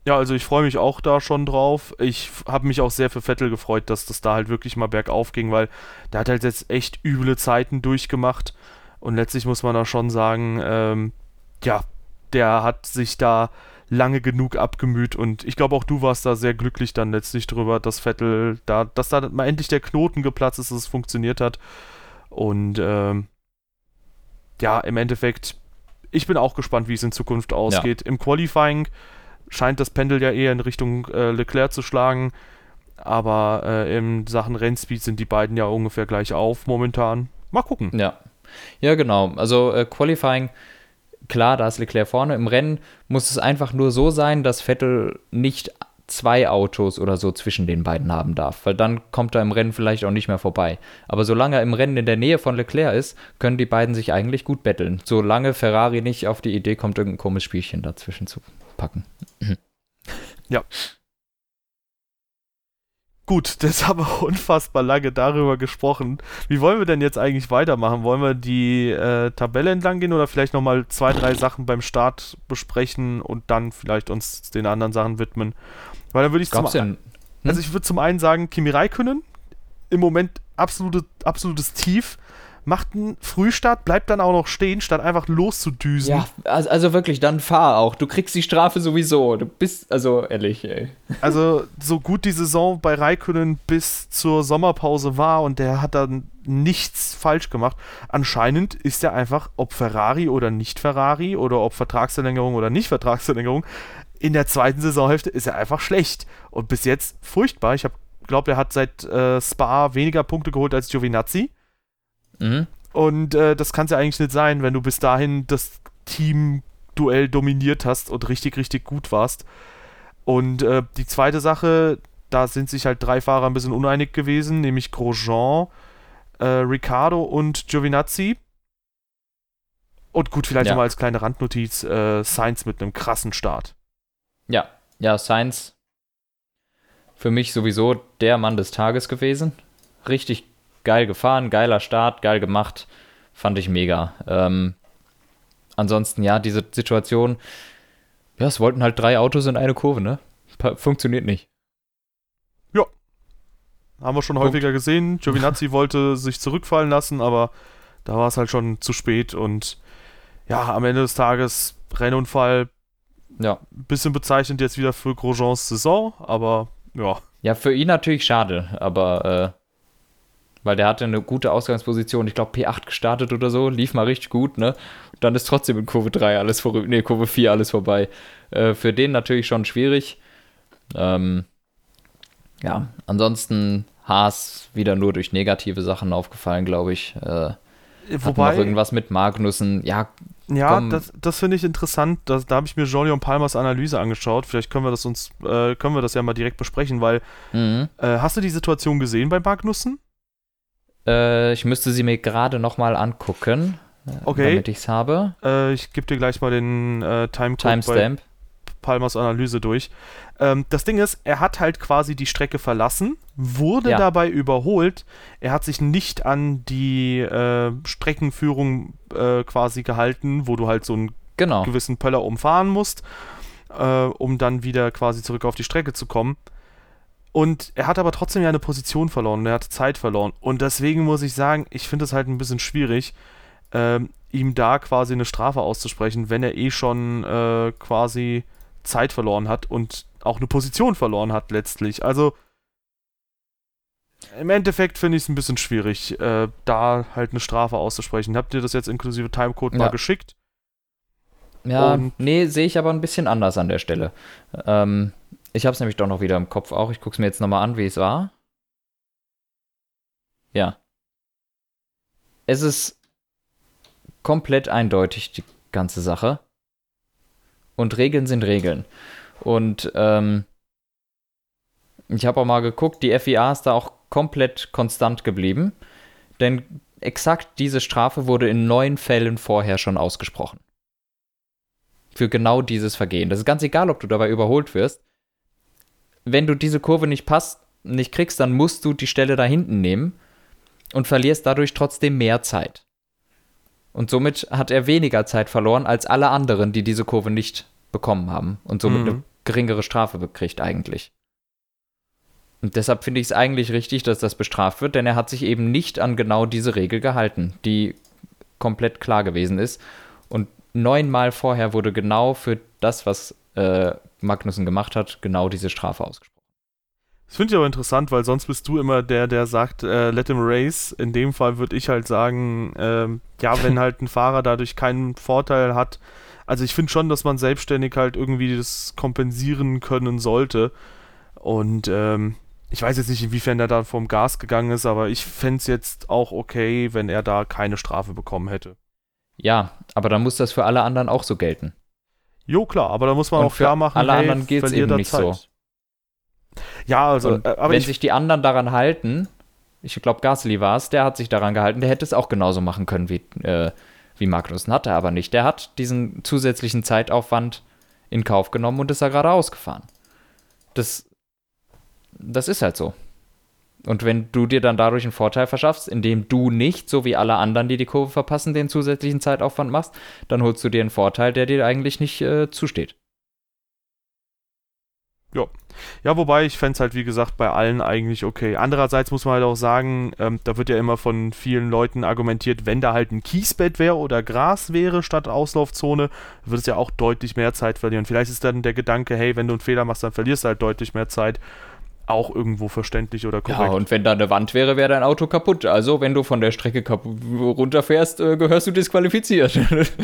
Ja, also ich freue mich auch da schon drauf. Ich habe mich auch sehr für Vettel gefreut, dass das da halt wirklich mal bergauf ging, weil der hat halt jetzt echt üble Zeiten durchgemacht. Und letztlich muss man da schon sagen, ähm, ja, der hat sich da lange genug abgemüht und ich glaube auch du warst da sehr glücklich dann letztlich drüber, dass Vettel da, dass da mal endlich der Knoten geplatzt ist, dass es funktioniert hat. Und ähm, ja, im Endeffekt, ich bin auch gespannt, wie es in Zukunft ausgeht. Ja. Im Qualifying scheint das Pendel ja eher in Richtung äh, Leclerc zu schlagen, aber äh, in Sachen Rennspeed sind die beiden ja ungefähr gleich auf momentan. Mal gucken. Ja, ja genau. Also äh, Qualifying, klar, da ist Leclerc vorne. Im Rennen muss es einfach nur so sein, dass Vettel nicht zwei Autos oder so zwischen den beiden haben darf, weil dann kommt er im Rennen vielleicht auch nicht mehr vorbei. Aber solange er im Rennen in der Nähe von Leclerc ist, können die beiden sich eigentlich gut betteln. Solange Ferrari nicht auf die Idee kommt, irgendein komisches Spielchen dazwischen zu packen. Ja. Gut, jetzt haben wir unfassbar lange darüber gesprochen. Wie wollen wir denn jetzt eigentlich weitermachen? Wollen wir die äh, Tabelle entlang gehen oder vielleicht nochmal zwei, drei Sachen beim Start besprechen und dann vielleicht uns den anderen Sachen widmen? Weil dann würde ich zum denn, hm? Also ich würde zum einen sagen, Kimi Räikkönen, im Moment absolute, absolutes Tief, macht einen Frühstart, bleibt dann auch noch stehen, statt einfach loszudüsen. Ja, also, also wirklich, dann fahr auch. Du kriegst die Strafe sowieso. Du bist, also ehrlich, ey. Also so gut die Saison bei Räikkönen bis zur Sommerpause war und der hat dann nichts falsch gemacht. Anscheinend ist er einfach, ob Ferrari oder nicht Ferrari oder ob Vertragsverlängerung oder nicht Vertragsverlängerung, in der zweiten Saisonhälfte ist er einfach schlecht. Und bis jetzt furchtbar. Ich glaube, er hat seit äh, Spa weniger Punkte geholt als Giovinazzi. Mhm. Und äh, das kann es ja eigentlich nicht sein, wenn du bis dahin das Team-Duell dominiert hast und richtig, richtig gut warst. Und äh, die zweite Sache, da sind sich halt drei Fahrer ein bisschen uneinig gewesen, nämlich Grosjean, äh, Ricciardo und Giovinazzi. Und gut, vielleicht ja. nochmal als kleine Randnotiz, äh, Sainz mit einem krassen Start. Ja, ja, Sainz für mich sowieso der Mann des Tages gewesen. Richtig geil gefahren, geiler Start, geil gemacht. Fand ich mega. Ähm, ansonsten, ja, diese Situation, ja, es wollten halt drei Autos in eine Kurve, ne? Funktioniert nicht. Ja. Haben wir schon Punkt. häufiger gesehen. Giovinazzi wollte sich zurückfallen lassen, aber da war es halt schon zu spät und ja, am Ende des Tages Rennunfall. Ja. Bisschen bezeichnend jetzt wieder für Grosjeans Saison, aber ja. Ja, für ihn natürlich schade, aber äh, weil der hatte eine gute Ausgangsposition, ich glaube P acht gestartet oder so, lief mal richtig gut, ne? Und dann ist trotzdem in Kurve drei alles vorüber, ne, Kurve vier alles vorbei. Äh, für den natürlich schon schwierig. Ähm, ja, ansonsten Haas wieder nur durch negative Sachen aufgefallen, glaube ich. Äh, Wobei noch irgendwas mit Magnussen, ja. Ja, komm. das, das finde ich interessant. Das, da habe ich mir Jolion Palmers Analyse angeschaut. Vielleicht können wir das uns, äh, können wir das ja mal direkt besprechen, weil mhm. äh, hast du die Situation gesehen bei Magnussen? Äh, ich müsste sie mir gerade nochmal angucken, okay. damit ich es habe. Äh, ich gebe dir gleich mal den äh, Timecode Timestamp. bei Palmers Analyse durch. Ähm, das Ding ist, er hat halt quasi die Strecke verlassen, wurde ja. dabei überholt. Er hat sich nicht an die äh, Streckenführung äh, quasi gehalten, wo du halt so einen genau. gewissen Pöller umfahren musst, äh, um dann wieder quasi zurück auf die Strecke zu kommen. Und er hat aber trotzdem ja eine Position verloren, er hat Zeit verloren. Und deswegen muss ich sagen, ich finde es halt ein bisschen schwierig, ähm, ihm da quasi eine Strafe auszusprechen, wenn er eh schon äh, quasi Zeit verloren hat und auch eine Position verloren hat letztlich. Also im Endeffekt finde ich es ein bisschen schwierig, äh, da halt eine Strafe auszusprechen. Habt ihr das jetzt inklusive Timecode ja. mal geschickt? Ja, und nee, sehe ich aber ein bisschen anders an der Stelle. Ähm, ich habe es nämlich doch noch wieder im Kopf auch. Ich gucke es mir jetzt nochmal an, wie es war. Ja. Es ist komplett eindeutig, die ganze Sache. Und Regeln sind Regeln. Und ähm, ich habe auch mal geguckt, die F I A ist da auch komplett konstant geblieben. Denn exakt diese Strafe wurde in neun Fällen vorher schon ausgesprochen. Für genau dieses Vergehen. Das ist ganz egal, ob du dabei überholt wirst. Wenn du diese Kurve nicht passt, nicht kriegst, dann musst du die Stelle da hinten nehmen und verlierst dadurch trotzdem mehr Zeit. Und somit hat er weniger Zeit verloren als alle anderen, die diese Kurve nicht bekommen haben und somit mhm. eine geringere Strafe bekriegt eigentlich. Und deshalb finde ich es eigentlich richtig, dass das bestraft wird, denn er hat sich eben nicht an genau diese Regel gehalten, die komplett klar gewesen ist. Und neunmal vorher wurde genau für das, was äh, Magnussen gemacht hat, genau diese Strafe ausgesprochen. Das finde ich aber interessant, weil sonst bist du immer der, der sagt, äh, let him race. In dem Fall würde ich halt sagen, ähm, ja, wenn halt ein Fahrer dadurch keinen Vorteil hat. Also ich finde schon, dass man selbstständig halt irgendwie das kompensieren können sollte. Und ähm, ich weiß jetzt nicht, inwiefern er da vom Gas gegangen ist, aber ich fände es jetzt auch okay, wenn er da keine Strafe bekommen hätte. Ja, aber dann muss das für alle anderen auch so gelten. Jo, klar, aber da muss man Und auch klar machen, alle hey, anderen gilt es eben nicht Zeit. so. Ja, also, Und äh, aber wenn ich, sich die anderen daran halten, ich glaube, Gasly war es, der hat sich daran gehalten, der hätte es auch genauso machen können wie, äh, wie Magnussen, hat er aber nicht. Der hat diesen zusätzlichen Zeitaufwand in Kauf genommen und ist da geradeaus gefahren. Das, das ist halt so. Und wenn du dir dann dadurch einen Vorteil verschaffst, indem du nicht, so wie alle anderen, die die Kurve verpassen, den zusätzlichen Zeitaufwand machst, dann holst du dir einen Vorteil, der dir eigentlich nicht äh, zusteht. Ja. Ja, wobei ich fände es halt, wie gesagt, bei allen eigentlich okay. Andererseits muss man halt auch sagen, ähm, da wird ja immer von vielen Leuten argumentiert, wenn da halt ein Kiesbett wäre oder Gras wäre statt Auslaufzone, würde es ja auch deutlich mehr Zeit verlieren. Vielleicht ist dann der Gedanke, hey, wenn du einen Fehler machst, dann verlierst du halt deutlich mehr Zeit. Auch irgendwo verständlich oder korrekt. Ja, und wenn da eine Wand wäre, wäre dein Auto kaputt. Also, wenn du von der Strecke kaputt runterfährst, äh, gehörst du disqualifiziert.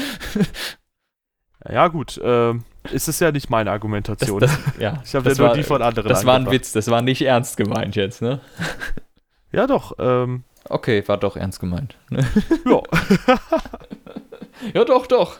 Ja, gut, äh, ist es ja nicht meine Argumentation. Das, das, ja, ich habe ja nur war, die von anderen Das war ein angebracht. Witz, das war nicht ernst gemeint jetzt, ne? Ja, doch. Ähm, okay, war doch ernst gemeint. ja. Ja, doch, doch.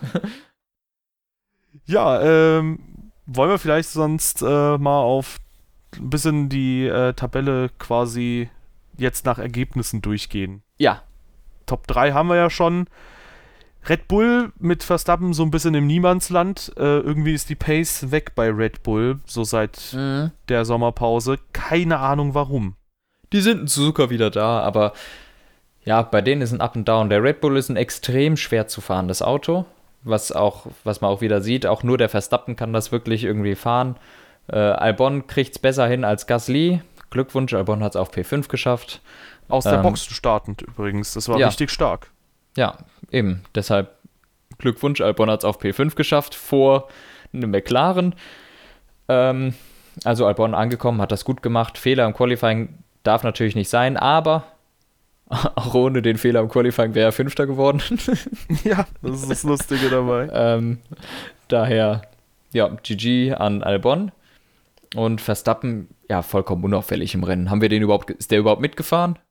Ja, ähm, wollen wir vielleicht sonst äh, mal auf ein bisschen die äh, Tabelle quasi jetzt nach Ergebnissen durchgehen. Ja. Top drei haben wir ja schon. Red Bull mit Verstappen so ein bisschen im Niemandsland. Äh, irgendwie ist die Pace weg bei Red Bull, so seit Mhm. der Sommerpause. Keine Ahnung warum. Die sind in Suzuka wieder da, aber ja, bei denen ist ein Up and Down. Der Red Bull ist ein extrem schwer zu fahrendes Auto, was auch, was man auch wieder sieht. Auch nur der Verstappen kann das wirklich irgendwie fahren. Äh, Albon kriegt es besser hin als Gasly. Glückwunsch, Albon hat es auf P fünf geschafft. Aus der Ähm, Box startend übrigens. Das war ja. richtig stark. Ja, eben. Deshalb Glückwunsch, Albon hat es auf P fünf geschafft vor einem McLaren. Ähm, also Albon angekommen, hat das gut gemacht. Fehler im Qualifying darf natürlich nicht sein, aber auch ohne den Fehler im Qualifying wäre er Fünfter geworden. Ja, das ist das Lustige dabei. ähm, daher, ja, G G an Albon. Und Verstappen, ja, vollkommen unauffällig im Rennen. Haben wir den überhaupt, ist der überhaupt mitgefahren?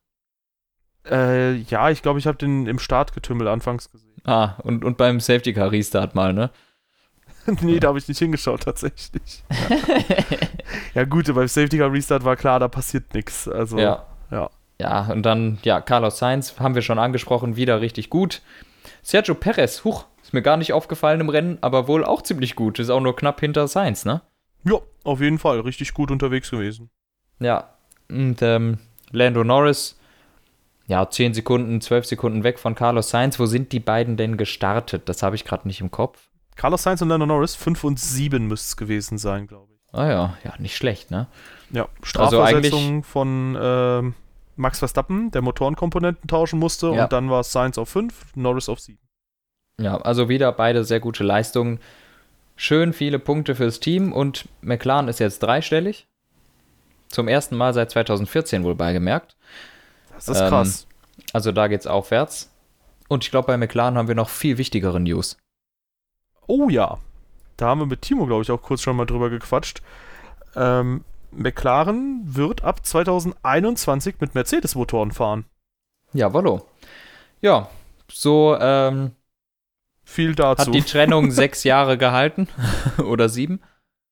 Äh, ja, ich glaube, ich habe den im Startgetümmel anfangs gesehen. Ah, und, und beim Safety Car Restart mal, ne? Nee, da habe ich nicht hingeschaut, tatsächlich. Ja, ja gut, beim Safety Car Restart war klar, da passiert nichts. Also, Ja. ja. Ja, und dann, ja, Carlos Sainz, haben wir schon angesprochen, wieder richtig gut. Sergio Perez, huch, ist mir gar nicht aufgefallen im Rennen, aber wohl auch ziemlich gut. Ist auch nur knapp hinter Sainz, ne? Ja, auf jeden Fall, richtig gut unterwegs gewesen. Ja, und ähm, Lando Norris, ja, zehn Sekunden, zwölf Sekunden weg von Carlos Sainz. Wo sind die beiden denn gestartet? Das habe ich gerade nicht im Kopf. Carlos Sainz und Lando Norris, fünf und sieben müsste es gewesen sein, glaube ich. Ah ja, ja, nicht schlecht, ne? Ja, Strafversetzung eigentlich- von ähm, Max Verstappen, der Motorenkomponenten tauschen musste, Ja. und dann war Sainz auf fünf, Norris auf sieben. Ja, also wieder beide sehr gute Leistungen. Schön viele Punkte fürs Team und McLaren ist jetzt dreistellig. Zum ersten Mal seit zweitausendvierzehn wohl beigemerkt. Das ist Ähm, krass. Also da geht's aufwärts. Und ich glaube, bei McLaren haben wir noch viel wichtigere News. Oh ja, da haben wir mit Timo, glaube ich, auch kurz schon mal drüber gequatscht. Ähm, McLaren wird ab zweitausendeinundzwanzig mit Mercedes-Motoren fahren. Jawollo. Ja, so ähm, Viel dazu. hat die Trennung sechs Jahre gehalten. Oder sieben.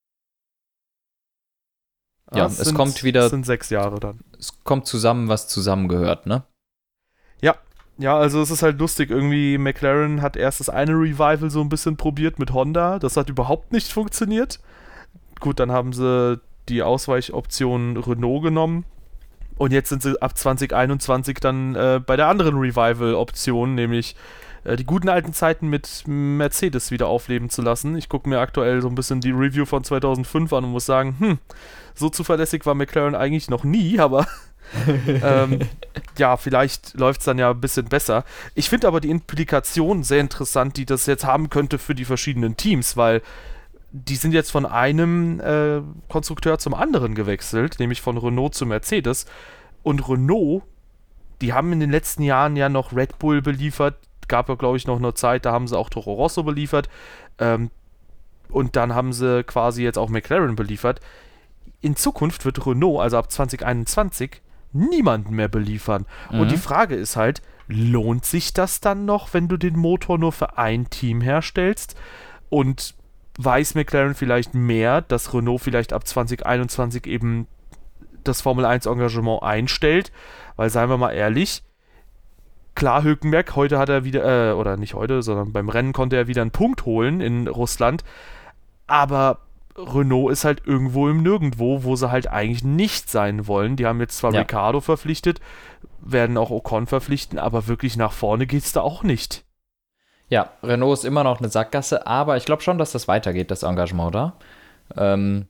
Ja, Ah, es sind, kommt wieder- Es sind sechs Jahre dann. Es kommt zusammen, was zusammengehört, ne? Ja, also es ist halt lustig, irgendwie McLaren hat erst das eine Revival so ein bisschen probiert mit Honda, das hat überhaupt nicht funktioniert. Gut, dann haben sie die Ausweichoption Renault genommen und jetzt sind sie ab zwanzig einundzwanzig dann äh, bei der anderen Revival-Option, nämlich äh, die guten alten Zeiten mit Mercedes wieder aufleben zu lassen. Ich gucke mir aktuell so ein bisschen die Review von zweitausendfünf an und muss sagen, hm, so zuverlässig war McLaren eigentlich noch nie, aber ähm, ja, vielleicht läuft es dann ja ein bisschen besser. Ich finde aber die Implikation sehr interessant, die das jetzt haben könnte für die verschiedenen Teams, weil die sind jetzt von einem äh, Konstrukteur zum anderen gewechselt, nämlich von Renault zu Mercedes. Und Renault, die haben in den letzten Jahren ja noch Red Bull beliefert, gab ja, glaube ich, noch eine Zeit, da haben sie auch Toro Rosso beliefert. Ähm, und dann haben sie quasi jetzt auch McLaren beliefert. In Zukunft wird Renault, also ab zwanzig einundzwanzig, niemanden mehr beliefern. Mhm. Und die Frage ist halt, lohnt sich das dann noch, wenn du den Motor nur für ein Team herstellst? Und weiß McLaren vielleicht mehr, dass Renault vielleicht ab zwanzig einundzwanzig eben das Formel eins Engagement einstellt? Weil, seien wir mal ehrlich, klar, Hülkenberg, heute hat er wieder, äh, oder nicht heute, sondern beim Rennen konnte er wieder einen Punkt holen in Russland, aber Renault ist halt irgendwo im Nirgendwo, wo sie halt eigentlich nicht sein wollen. Die haben jetzt zwar ja. Ricciardo verpflichtet, werden auch Ocon verpflichten, aber wirklich nach vorne geht's da auch nicht. Ja, Renault ist immer noch eine Sackgasse, aber ich glaube schon, dass das weitergeht, das Engagement da. Ähm,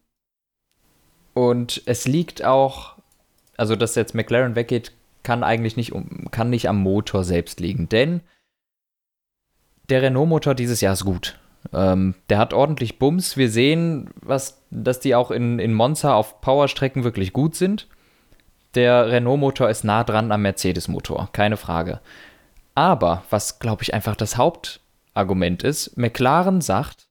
und es liegt auch, also dass jetzt McLaren weggeht, kann eigentlich nicht, kann nicht am Motor selbst liegen, denn der Renault-Motor dieses Jahr ist gut. Ähm, der hat ordentlich Bums. Wir sehen, was, dass die auch in, in Monza auf Powerstrecken wirklich gut sind. Der Renault-Motor ist nah dran am Mercedes-Motor, keine Frage. Aber, was, glaube ich, einfach das Hauptargument ist, McLaren sagt,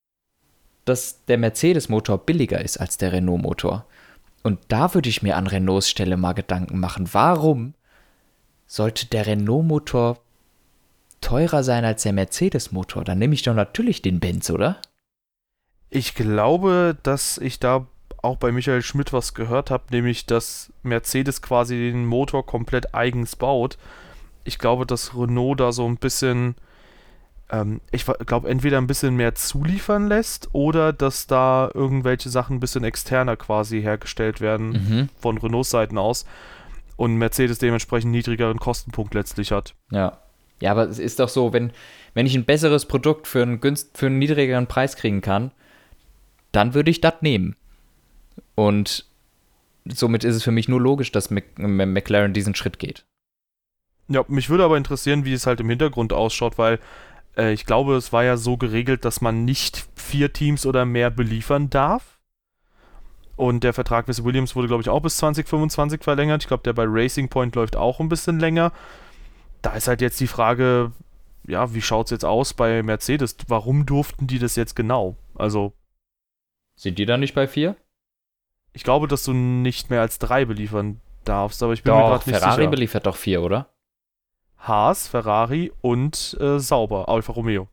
dass der Mercedes-Motor billiger ist als der Renault-Motor. Und da würde ich mir an Renaults Stelle mal Gedanken machen. Warum sollte der Renault-Motor teurer sein als der Mercedes-Motor? Dann nehme ich doch natürlich den Benz, oder? Ich glaube, dass ich da auch bei Michael Schmidt was gehört habe, nämlich, dass Mercedes quasi den Motor komplett eigens baut. Ich glaube, dass Renault da so ein bisschen, ähm, ich glaube, entweder ein bisschen mehr zuliefern lässt oder dass da irgendwelche Sachen ein bisschen externer quasi hergestellt werden mhm. von Renaults Seiten aus und Mercedes dementsprechend einen niedrigeren Kostenpunkt letztlich hat. Ja. Ja, aber es ist doch so, wenn, wenn ich ein besseres Produkt für einen, günst, für einen niedrigeren Preis kriegen kann, dann würde ich das nehmen. Und somit ist es für mich nur logisch, dass Mc, McLaren diesen Schritt geht. Ja, mich würde aber interessieren, wie es halt im Hintergrund ausschaut, weil äh, ich glaube, es war ja so geregelt, dass man nicht vier Teams oder mehr beliefern darf. Und der Vertrag mit Williams wurde, glaube ich, auch bis zwanzig fünfundzwanzig verlängert. Ich glaube, der bei Racing Point läuft auch ein bisschen länger. Da ist halt jetzt die Frage, ja, wie schaut es jetzt aus bei Mercedes? Warum durften die das jetzt genau? Also. Sind die da nicht bei vier? Ich glaube, dass du nicht mehr als drei beliefern darfst, aber ich bin doch, mir gerade nicht Ferrari sicher. Ferrari beliefert doch vier, oder? Haas, Ferrari und äh, Sauber, Alfa Romeo.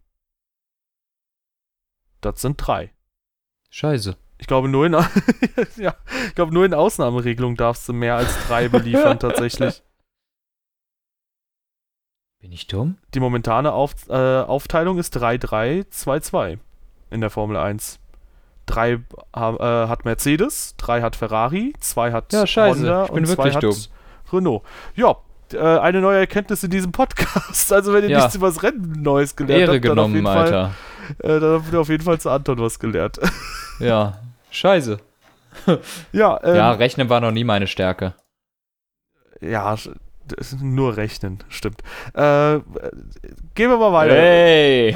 Das sind drei. Scheiße. Ich glaube, nur in, ja, ich glaube, nur in Ausnahmeregelungen darfst du mehr als drei beliefern, tatsächlich. Bin ich dumm? Die momentane Auf, äh, Aufteilung ist drei drei zwei zwei in der Formel eins. drei äh, hat Mercedes, drei hat Ferrari, zwei hat ja, scheiße. Honda ich bin und wirklich zwei dumm. hat Renault. Ja, äh, eine neue Erkenntnis in diesem Podcast. Also wenn ihr ja. nichts über das Rennen Neues gelernt Ehre habt, genommen, dann, auf jeden Alter. Fall, äh, dann habt ihr auf jeden Fall zu Anton was gelernt. Ja, scheiße. ja, ähm, ja, Rechnen war noch nie meine Stärke. Ja, nur rechnen, stimmt. Äh, gehen wir mal weiter. Hey!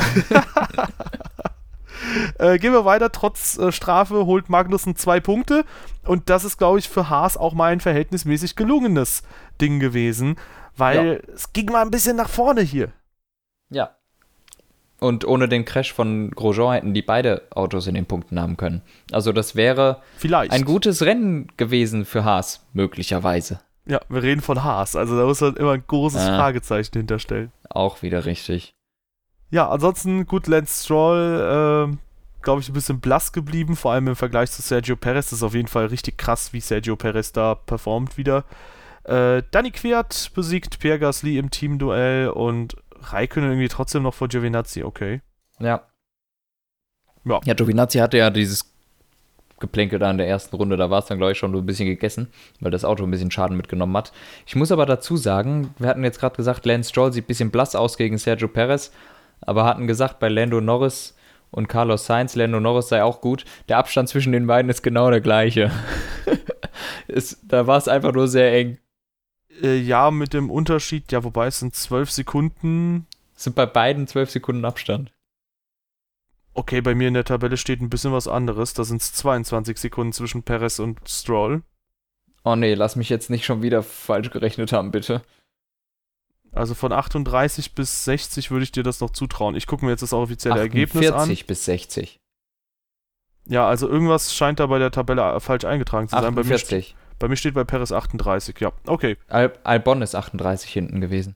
äh, gehen wir weiter. Trotz äh, Strafe holt Magnussen zwei Punkte. Und das ist, glaube ich, für Haas auch mal ein verhältnismäßig gelungenes Ding gewesen. Weil ja. es ging mal ein bisschen nach vorne hier. Ja. Und ohne den Crash von Grosjean hätten die beide Autos in den Punkten haben können. Also das wäre Vielleicht. ein gutes Rennen gewesen für Haas, möglicherweise. Ja, wir reden von Haas, also da muss man immer ein großes ah, Fragezeichen hinterstellen. Auch wieder richtig. Ja, ansonsten gut, Lance Stroll, äh, glaube ich, ein bisschen blass geblieben, vor allem im Vergleich zu Sergio Perez. Das ist auf jeden Fall richtig krass, wie Sergio Perez da performt wieder. Äh, Danny Kvyat besiegt Pierre Gasly im Teamduell und Räikkönen irgendwie trotzdem noch vor Giovinazzi, okay. Ja. Ja, ja Giovinazzi hatte ja dieses Geplänkel da in der ersten Runde, da war es dann, glaube ich, schon so ein bisschen gegessen, weil das Auto ein bisschen Schaden mitgenommen hat. Ich muss aber dazu sagen, wir hatten jetzt gerade gesagt, Lance Stroll sieht ein bisschen blass aus gegen Sergio Perez, aber hatten gesagt, bei Lando Norris und Carlos Sainz, Lando Norris sei auch gut. Der Abstand zwischen den beiden ist genau der gleiche. es, da war es einfach nur sehr eng. Äh, ja, mit dem Unterschied, ja, wobei es sind zwölf Sekunden. Es sind bei beiden zwölf Sekunden Abstand. Okay, bei mir in der Tabelle steht ein bisschen was anderes. Da sind es zweiundzwanzig Sekunden zwischen Perez und Stroll. Oh nee, lass mich jetzt nicht schon wieder falsch gerechnet haben, bitte. Also von achtunddreißig bis sechzig würde ich dir das noch zutrauen. Ich gucke mir jetzt das offizielle Ergebnis an. achtundvierzig bis sechzig. Ja, also irgendwas scheint da bei der Tabelle falsch eingetragen zu sein. achtundvierzig. Bei mir, bei mir steht bei Perez achtunddreißig, ja. Okay. Al- Albon ist achtunddreißig hinten gewesen.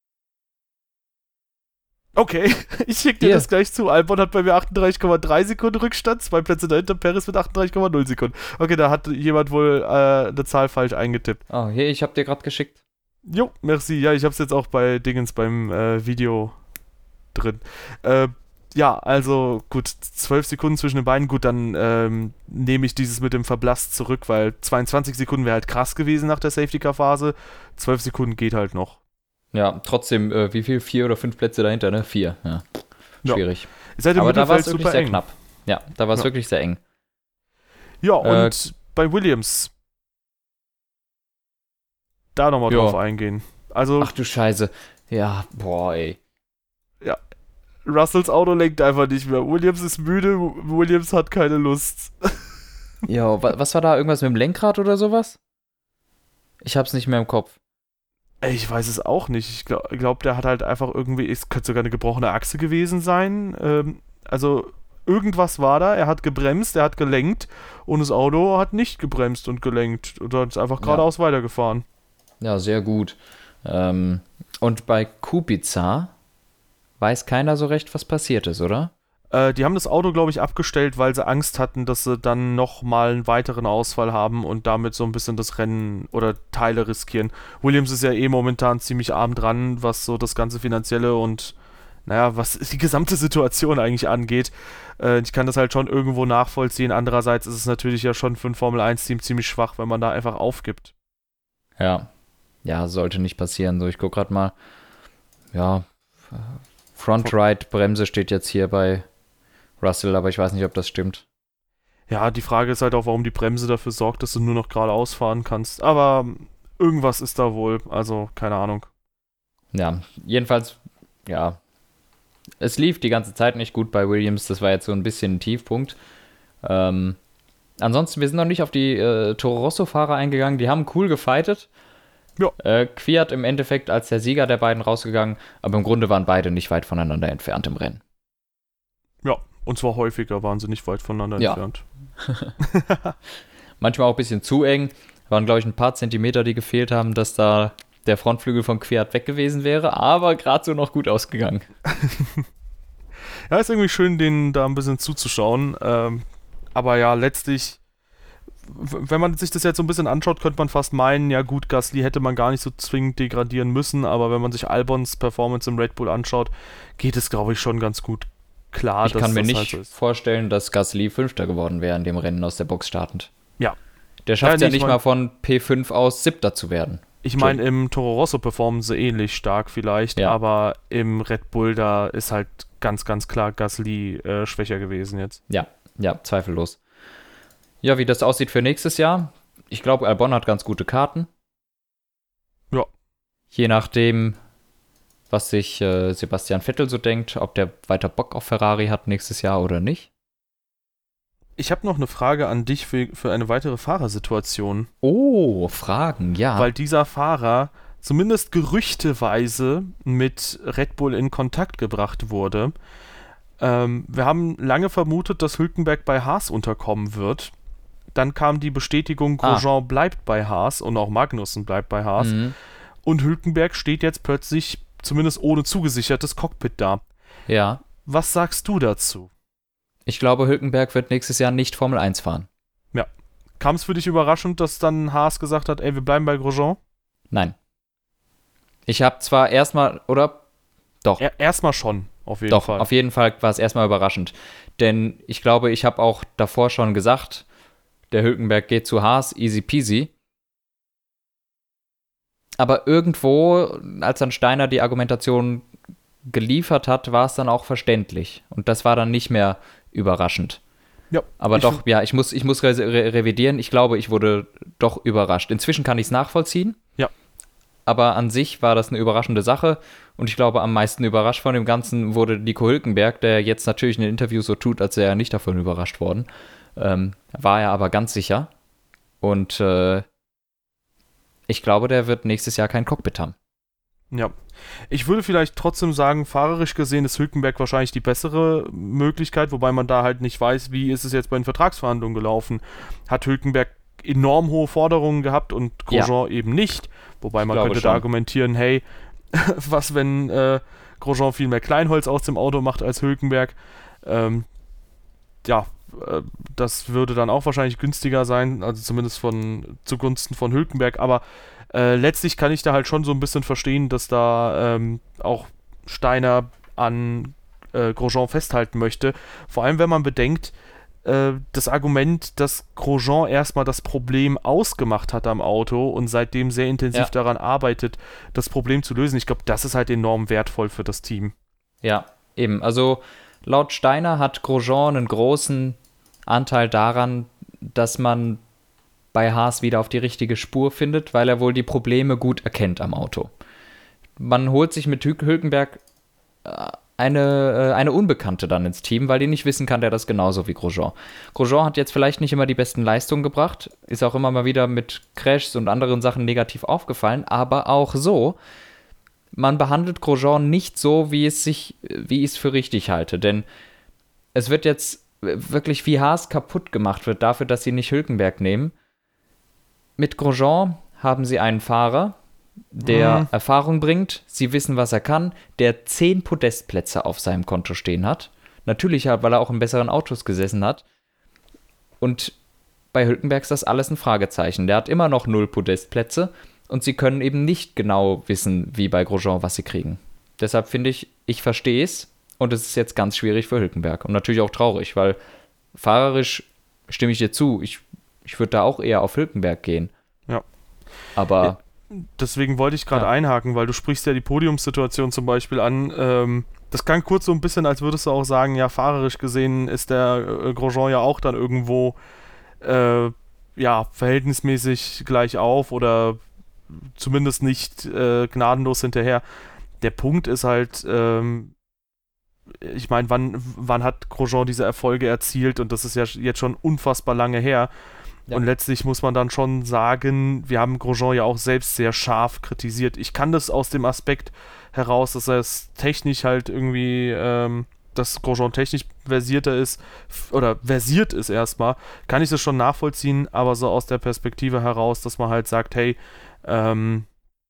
Okay, ich schicke dir Hier. das gleich zu. Albon hat bei mir achtunddreißig Komma drei Sekunden Rückstand, zwei Plätze dahinter, Perez mit achtunddreißig Komma null Sekunden. Okay, da hat jemand wohl äh, eine Zahl falsch eingetippt. Oh, hier, ich hab dir gerade geschickt. Jo, merci. Ja, ich hab's jetzt auch bei Dingens beim äh, Video drin. Äh, ja, also gut, zwölf Sekunden zwischen den beiden. Gut, dann ähm, nehme ich dieses mit dem Verblass zurück, weil zweiundzwanzig Sekunden wäre halt krass gewesen nach der Safety-Car-Phase. zwölf Sekunden geht halt noch. Ja, trotzdem, äh, wie viel? Vier oder fünf Plätze dahinter, ne? Vier, ja. Ja. Schwierig. Ist halt im Aber da war es Mittelfeld wirklich super sehr eng. knapp. Ja, da war es Ja. wirklich sehr eng. Ja, Äh, und bei Williams da nochmal Ja. drauf eingehen. Also Ach du Scheiße. Ja, boah, ey. Russells Auto lenkt einfach nicht mehr. Williams ist müde, Williams hat keine Lust. Jo, wa- was war da? Irgendwas mit dem Lenkrad oder sowas? Ich hab's nicht mehr im Kopf. Ey, ich weiß es auch nicht. Ich glaube, glaub, der hat halt einfach irgendwie, es könnte sogar eine gebrochene Achse gewesen sein. Ähm, also irgendwas war da, er hat gebremst, er hat gelenkt und das Auto hat nicht gebremst und gelenkt und ist einfach geradeaus weitergefahren. Ja, sehr gut. Ähm, und bei Kubica weiß keiner so recht, was passiert ist, oder? Äh, die haben das Auto, glaube ich, abgestellt, weil sie Angst hatten, dass sie dann nochmal einen weiteren Ausfall haben und damit so ein bisschen das Rennen oder Teile riskieren. Williams ist ja eh momentan ziemlich arm dran, was so das ganze Finanzielle und, naja, was die gesamte Situation eigentlich angeht. Äh, ich kann das halt schon irgendwo nachvollziehen. Andererseits ist es natürlich ja schon für ein Formel eins Team ziemlich schwach, wenn man da einfach aufgibt. Ja. Ja, sollte nicht passieren. So, ich guck grad mal. Ja. Front-Right-Bremse steht jetzt hier bei Russell, aber ich weiß nicht, ob das stimmt. Ja, die Frage ist halt auch, warum die Bremse dafür sorgt, dass du nur noch geradeaus fahren kannst. Aber irgendwas ist da wohl, also keine Ahnung. Ja, jedenfalls, ja. Es lief die ganze Zeit nicht gut bei Williams. Das war jetzt so ein bisschen ein Tiefpunkt. Ähm, ansonsten, wir sind noch nicht auf die äh, Toro Rosso-Fahrer eingegangen. Die haben cool gefightet. Ja. Äh, Kvyat im Endeffekt als der Sieger der beiden rausgegangen, aber im Grunde waren beide nicht weit voneinander entfernt im Rennen. Ja, und zwar häufiger waren sie nicht weit voneinander Ja. entfernt. Manchmal auch ein bisschen zu eng. Waren, glaube ich, ein paar Zentimeter, die gefehlt haben, dass da der Frontflügel von Kvyat weg gewesen wäre, aber gerade so noch gut ausgegangen. Ja, ist irgendwie schön, denen da ein bisschen zuzuschauen. Ähm, aber ja, letztlich, w- wenn man sich das jetzt so ein bisschen anschaut, könnte man fast meinen, ja gut, Gasly hätte man gar nicht so zwingend degradieren müssen, aber wenn man sich Albons Performance im Red Bull anschaut, geht es, glaube ich, schon ganz gut klar, Ich dass kann mir das nicht halt so ist. vorstellen, dass Gasly Fünfter geworden wäre in dem Rennen aus der Box startend. Ja. Der schafft Ja, ja, nee, ich nicht mein- mal von P fünf aus Siebter zu werden. Ich meine, im Toro Rosso performen sie ähnlich stark vielleicht, Ja. aber im Red Bull, da ist halt ganz, ganz klar Gasly äh, schwächer gewesen jetzt. Ja, ja, zweifellos. Ja, wie das aussieht für nächstes Jahr. Ich glaube, Albon hat ganz gute Karten. Ja. Je nachdem, was sich äh, Sebastian Vettel so denkt, ob der weiter Bock auf Ferrari hat nächstes Jahr oder nicht. Ich habe noch eine Frage an dich für, für eine weitere Fahrersituation. Oh, Fragen, ja. Weil dieser Fahrer zumindest gerüchteweise mit Red Bull in Kontakt gebracht wurde. Ähm, wir haben lange vermutet, dass Hülkenberg bei Haas unterkommen wird. Dann kam die Bestätigung, Ah. Grosjean bleibt bei Haas und auch Magnussen bleibt bei Haas. Mhm. Und Hülkenberg steht jetzt plötzlich zumindest ohne zugesichertes Cockpit da. Ja. Was sagst du dazu? Ich glaube, Hülkenberg wird nächstes Jahr nicht Formel eins fahren. Kam es für dich überraschend, dass dann Haas gesagt hat, ey, wir bleiben bei Grosjean? Nein. Ich habe zwar erstmal, oder? Doch. Er, erstmal schon, auf jeden Doch, Fall. auf jeden Fall war es erstmal überraschend. Denn ich glaube, ich habe auch davor schon gesagt, der Hülkenberg geht zu Haas, easy peasy. Aber irgendwo, als dann Steiner die Argumentation geliefert hat, war es dann auch verständlich. Und das war dann nicht mehr überraschend. Ja, Aber ich doch, ja, ich muss, ich muss re re revidieren. Ich glaube, ich wurde doch überrascht. Inzwischen kann ich es nachvollziehen. Ja. Aber an sich war das eine überraschende Sache. Und ich glaube, am meisten überrascht von dem Ganzen wurde Nico Hülkenberg, der jetzt natürlich in den Interviews so tut, als wäre er nicht davon überrascht worden. Ähm, war er aber ganz sicher. Und äh, ich glaube, der wird nächstes Jahr kein Cockpit haben. Ja. Ich würde vielleicht trotzdem sagen, fahrerisch gesehen ist Hülkenberg wahrscheinlich die bessere Möglichkeit, wobei man da halt nicht weiß, wie ist es jetzt bei den Vertragsverhandlungen gelaufen. Hat Hülkenberg enorm hohe Forderungen gehabt und Grosjean ja. eben nicht. Wobei man könnte schon da argumentieren, hey, was wenn äh, Grosjean viel mehr Kleinholz aus dem Auto macht als Hülkenberg. Ähm, ja, äh, das würde dann auch wahrscheinlich günstiger sein, also zumindest von zugunsten von Hülkenberg, aber äh, letztlich kann ich da halt schon so ein bisschen verstehen, dass da ähm, auch Steiner an äh, Grosjean festhalten möchte. Vor allem, wenn man bedenkt, äh, das Argument, dass Grosjean erstmal das Problem ausgemacht hat am Auto und seitdem sehr intensiv ja. daran arbeitet, das Problem zu lösen. Ich glaube, das ist halt enorm wertvoll für das Team. Ja, eben. Also laut Steiner hat Grosjean einen großen Anteil daran, dass man bei Haas wieder auf die richtige Spur findet, weil er wohl die Probleme gut erkennt am Auto. Man holt sich mit Hülkenberg eine, eine Unbekannte dann ins Team, weil die nicht wissen kann, der das genauso wie Grosjean. Grosjean hat jetzt vielleicht nicht immer die besten Leistungen gebracht, ist auch immer mal wieder mit Crashs und anderen Sachen negativ aufgefallen, aber auch so, man behandelt Grosjean nicht so, wie es sich, wie ich es für richtig halte, denn es wird jetzt wirklich wie Haas kaputt gemacht wird dafür, dass sie nicht Hülkenberg nehmen. Mit Grosjean haben sie einen Fahrer, der mhm. Erfahrung bringt, sie wissen, was er kann, der zehn Podestplätze auf seinem Konto stehen hat. Natürlich halt, weil er auch in besseren Autos gesessen hat. Und bei Hülkenberg ist das alles ein Fragezeichen. Der hat immer noch null Podestplätze und sie können eben nicht genau wissen, wie bei Grosjean, was sie kriegen. Deshalb finde ich, ich verstehe es und es ist jetzt ganz schwierig für Hülkenberg. Und natürlich auch traurig, weil fahrerisch stimme ich dir zu, ich Ich würde da auch eher auf Hülkenberg gehen. Ja. Aber. Ja, deswegen wollte ich gerade ja. einhaken, weil du sprichst ja die Podiumssituation zum Beispiel an. Ähm, das klang kurz so ein bisschen, als würdest du auch sagen, ja, fahrerisch gesehen ist der äh, Grosjean ja auch dann irgendwo äh, ja, verhältnismäßig gleich auf oder zumindest nicht äh, gnadenlos hinterher. Der Punkt ist halt, ähm, ich meine, wann, wann hat Grosjean diese Erfolge erzielt? Und das ist ja jetzt schon unfassbar lange her. Ja. Und letztlich muss man dann schon sagen, wir haben Grosjean ja auch selbst sehr scharf kritisiert. Ich kann das aus dem Aspekt heraus, dass er es technisch halt irgendwie, ähm, dass Grosjean technisch versierter ist, oder versiert ist erstmal, kann ich das schon nachvollziehen, aber so aus der Perspektive heraus, dass man halt sagt, hey, ähm,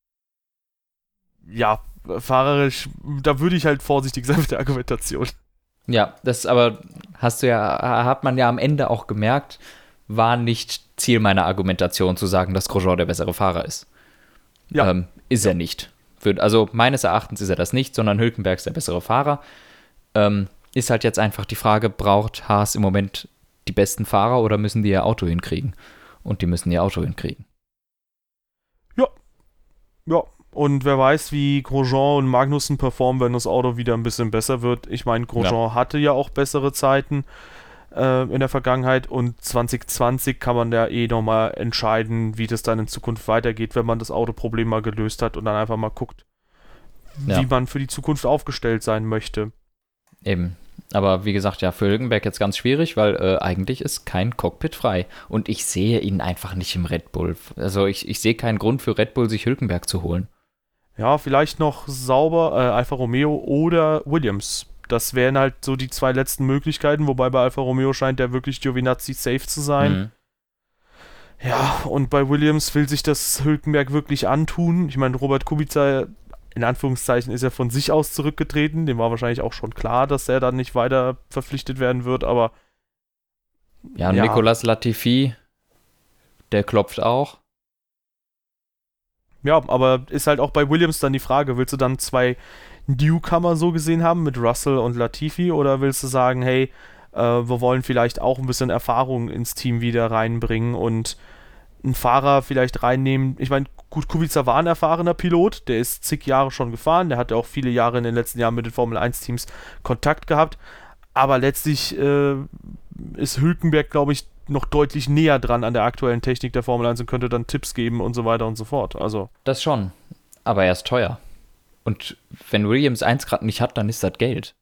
ja, fahrerisch, da würde ich halt vorsichtig sein mit der Argumentation. Ja, das aber hast du ja, hat man ja am Ende auch gemerkt, war nicht Ziel meiner Argumentation zu sagen, dass Grosjean der bessere Fahrer ist. Ja. Ähm, ist ja. er nicht. Also meines Erachtens ist er das nicht, sondern Hülkenberg ist der bessere Fahrer. Ähm, ist halt jetzt einfach die Frage, braucht Haas im Moment die besten Fahrer oder müssen die ihr Auto hinkriegen? Und die müssen ihr Auto hinkriegen. Ja. Ja. Und wer weiß, wie Grosjean und Magnussen performen, wenn das Auto wieder ein bisschen besser wird. Ich meine, Grosjean ja. hatte ja auch bessere Zeiten äh, in der Vergangenheit und zwanzig zwanzig kann man ja eh nochmal entscheiden, wie das dann in Zukunft weitergeht, wenn man das Autoproblem mal gelöst hat und dann einfach mal guckt, ja. wie man für die Zukunft aufgestellt sein möchte. Eben. Aber wie gesagt, ja, für Hülkenberg jetzt ganz schwierig, weil äh, eigentlich ist kein Cockpit frei. Und ich sehe ihn einfach nicht im Red Bull. Also ich, ich sehe keinen Grund für Red Bull, sich Hülkenberg zu holen. Ja, vielleicht noch sauber äh, Alfa Romeo oder Williams. Das wären halt so die zwei letzten Möglichkeiten, wobei bei Alfa Romeo scheint der wirklich Giovinazzi safe zu sein. Mhm. Ja, und bei Williams will sich das Hülkenberg wirklich antun. Ich meine, Robert Kubica, in Anführungszeichen, ist ja von sich aus zurückgetreten. Dem war wahrscheinlich auch schon klar, dass er dann nicht weiter verpflichtet werden wird, aber ja, ja. Nicolas Latifi, der klopft auch. Ja, aber ist halt auch bei Williams dann die Frage, willst du dann zwei Newcomer so gesehen haben mit Russell und Latifi oder willst du sagen, hey, Äh, wir wollen vielleicht auch ein bisschen Erfahrung ins Team wieder reinbringen und einen Fahrer vielleicht reinnehmen. Ich meine, gut, Kubica war ein erfahrener Pilot, der ist zig Jahre schon gefahren, der hatte auch viele Jahre in den letzten Jahren mit den Formel eins Teams Kontakt gehabt, aber letztlich äh, ist Hülkenberg, glaube ich, noch deutlich näher dran an der aktuellen Technik der Formel eins und könnte dann Tipps geben und so weiter und so fort. Also Das schon, aber er ist teuer. Und wenn Williams eins gerade nicht hat, dann ist das Geld.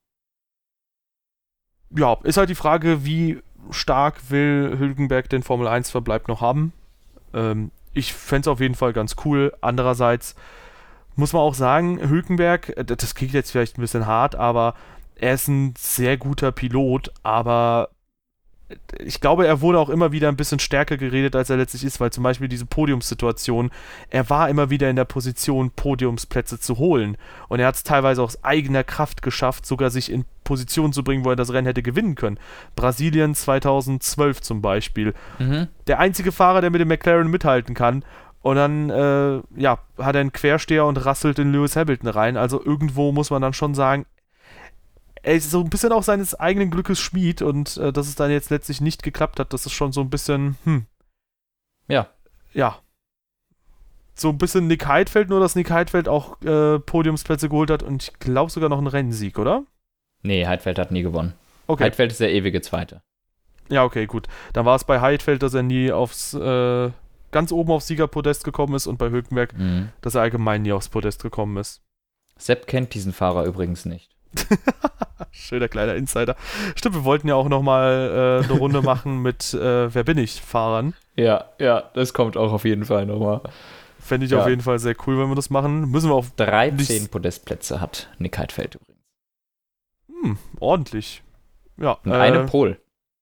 ja, ist halt die Frage, wie stark will Hülkenberg den Formel eins Verbleib noch haben. Ähm, ich fände es auf jeden Fall ganz cool. Andererseits muss man auch sagen, Hülkenberg, äh, das klingt jetzt vielleicht ein bisschen hart, aber er ist ein sehr guter Pilot, aber ich glaube, er wurde auch immer wieder ein bisschen stärker geredet, als er letztlich ist, weil zum Beispiel diese Podiumssituation, er war immer wieder in der Position, Podiumsplätze zu holen. Und er hat es teilweise aus eigener Kraft geschafft, sogar sich in Position zu bringen, wo er das Rennen hätte gewinnen können. Brasilien zweitausendzwölf zum Beispiel. Mhm. Der einzige Fahrer, der mit dem McLaren mithalten kann. Und dann, äh, ja, hat er einen Quersteher und rasselt in Lewis Hamilton rein. Also irgendwo muss man dann schon sagen, er ist so ein bisschen auch seines eigenen Glückes Schmied und äh, dass es dann jetzt letztlich nicht geklappt hat, das ist schon so ein bisschen, hm. Ja. Ja. So ein bisschen Nick Heidfeld, nur dass Nick Heidfeld auch äh, Podiumsplätze geholt hat und ich glaube sogar noch einen Rennsieg, oder? Nee, Heidfeld hat nie gewonnen. Okay. Heidfeld ist der ewige Zweite. Ja, okay, gut. Dann war es bei Heidfeld, dass er nie aufs, äh, ganz oben aufs Siegerpodest gekommen ist und bei Hülkenberg, Mhm. dass er allgemein nie aufs Podest gekommen ist. Sepp kennt diesen Fahrer übrigens nicht. Schöner kleiner Insider. Stimmt, wir wollten ja auch nochmal äh, eine Runde machen mit äh, Wer bin ich? Fahrern. Ja, ja, das kommt auch auf jeden Fall nochmal. Fände ich Ja. auf jeden Fall sehr cool, wenn wir das machen. Müssen wir auf dreizehn Nicht- Podestplätze hat Nick Heidfeld übrigens. hm, ordentlich. Ja, Und äh, eine Pole.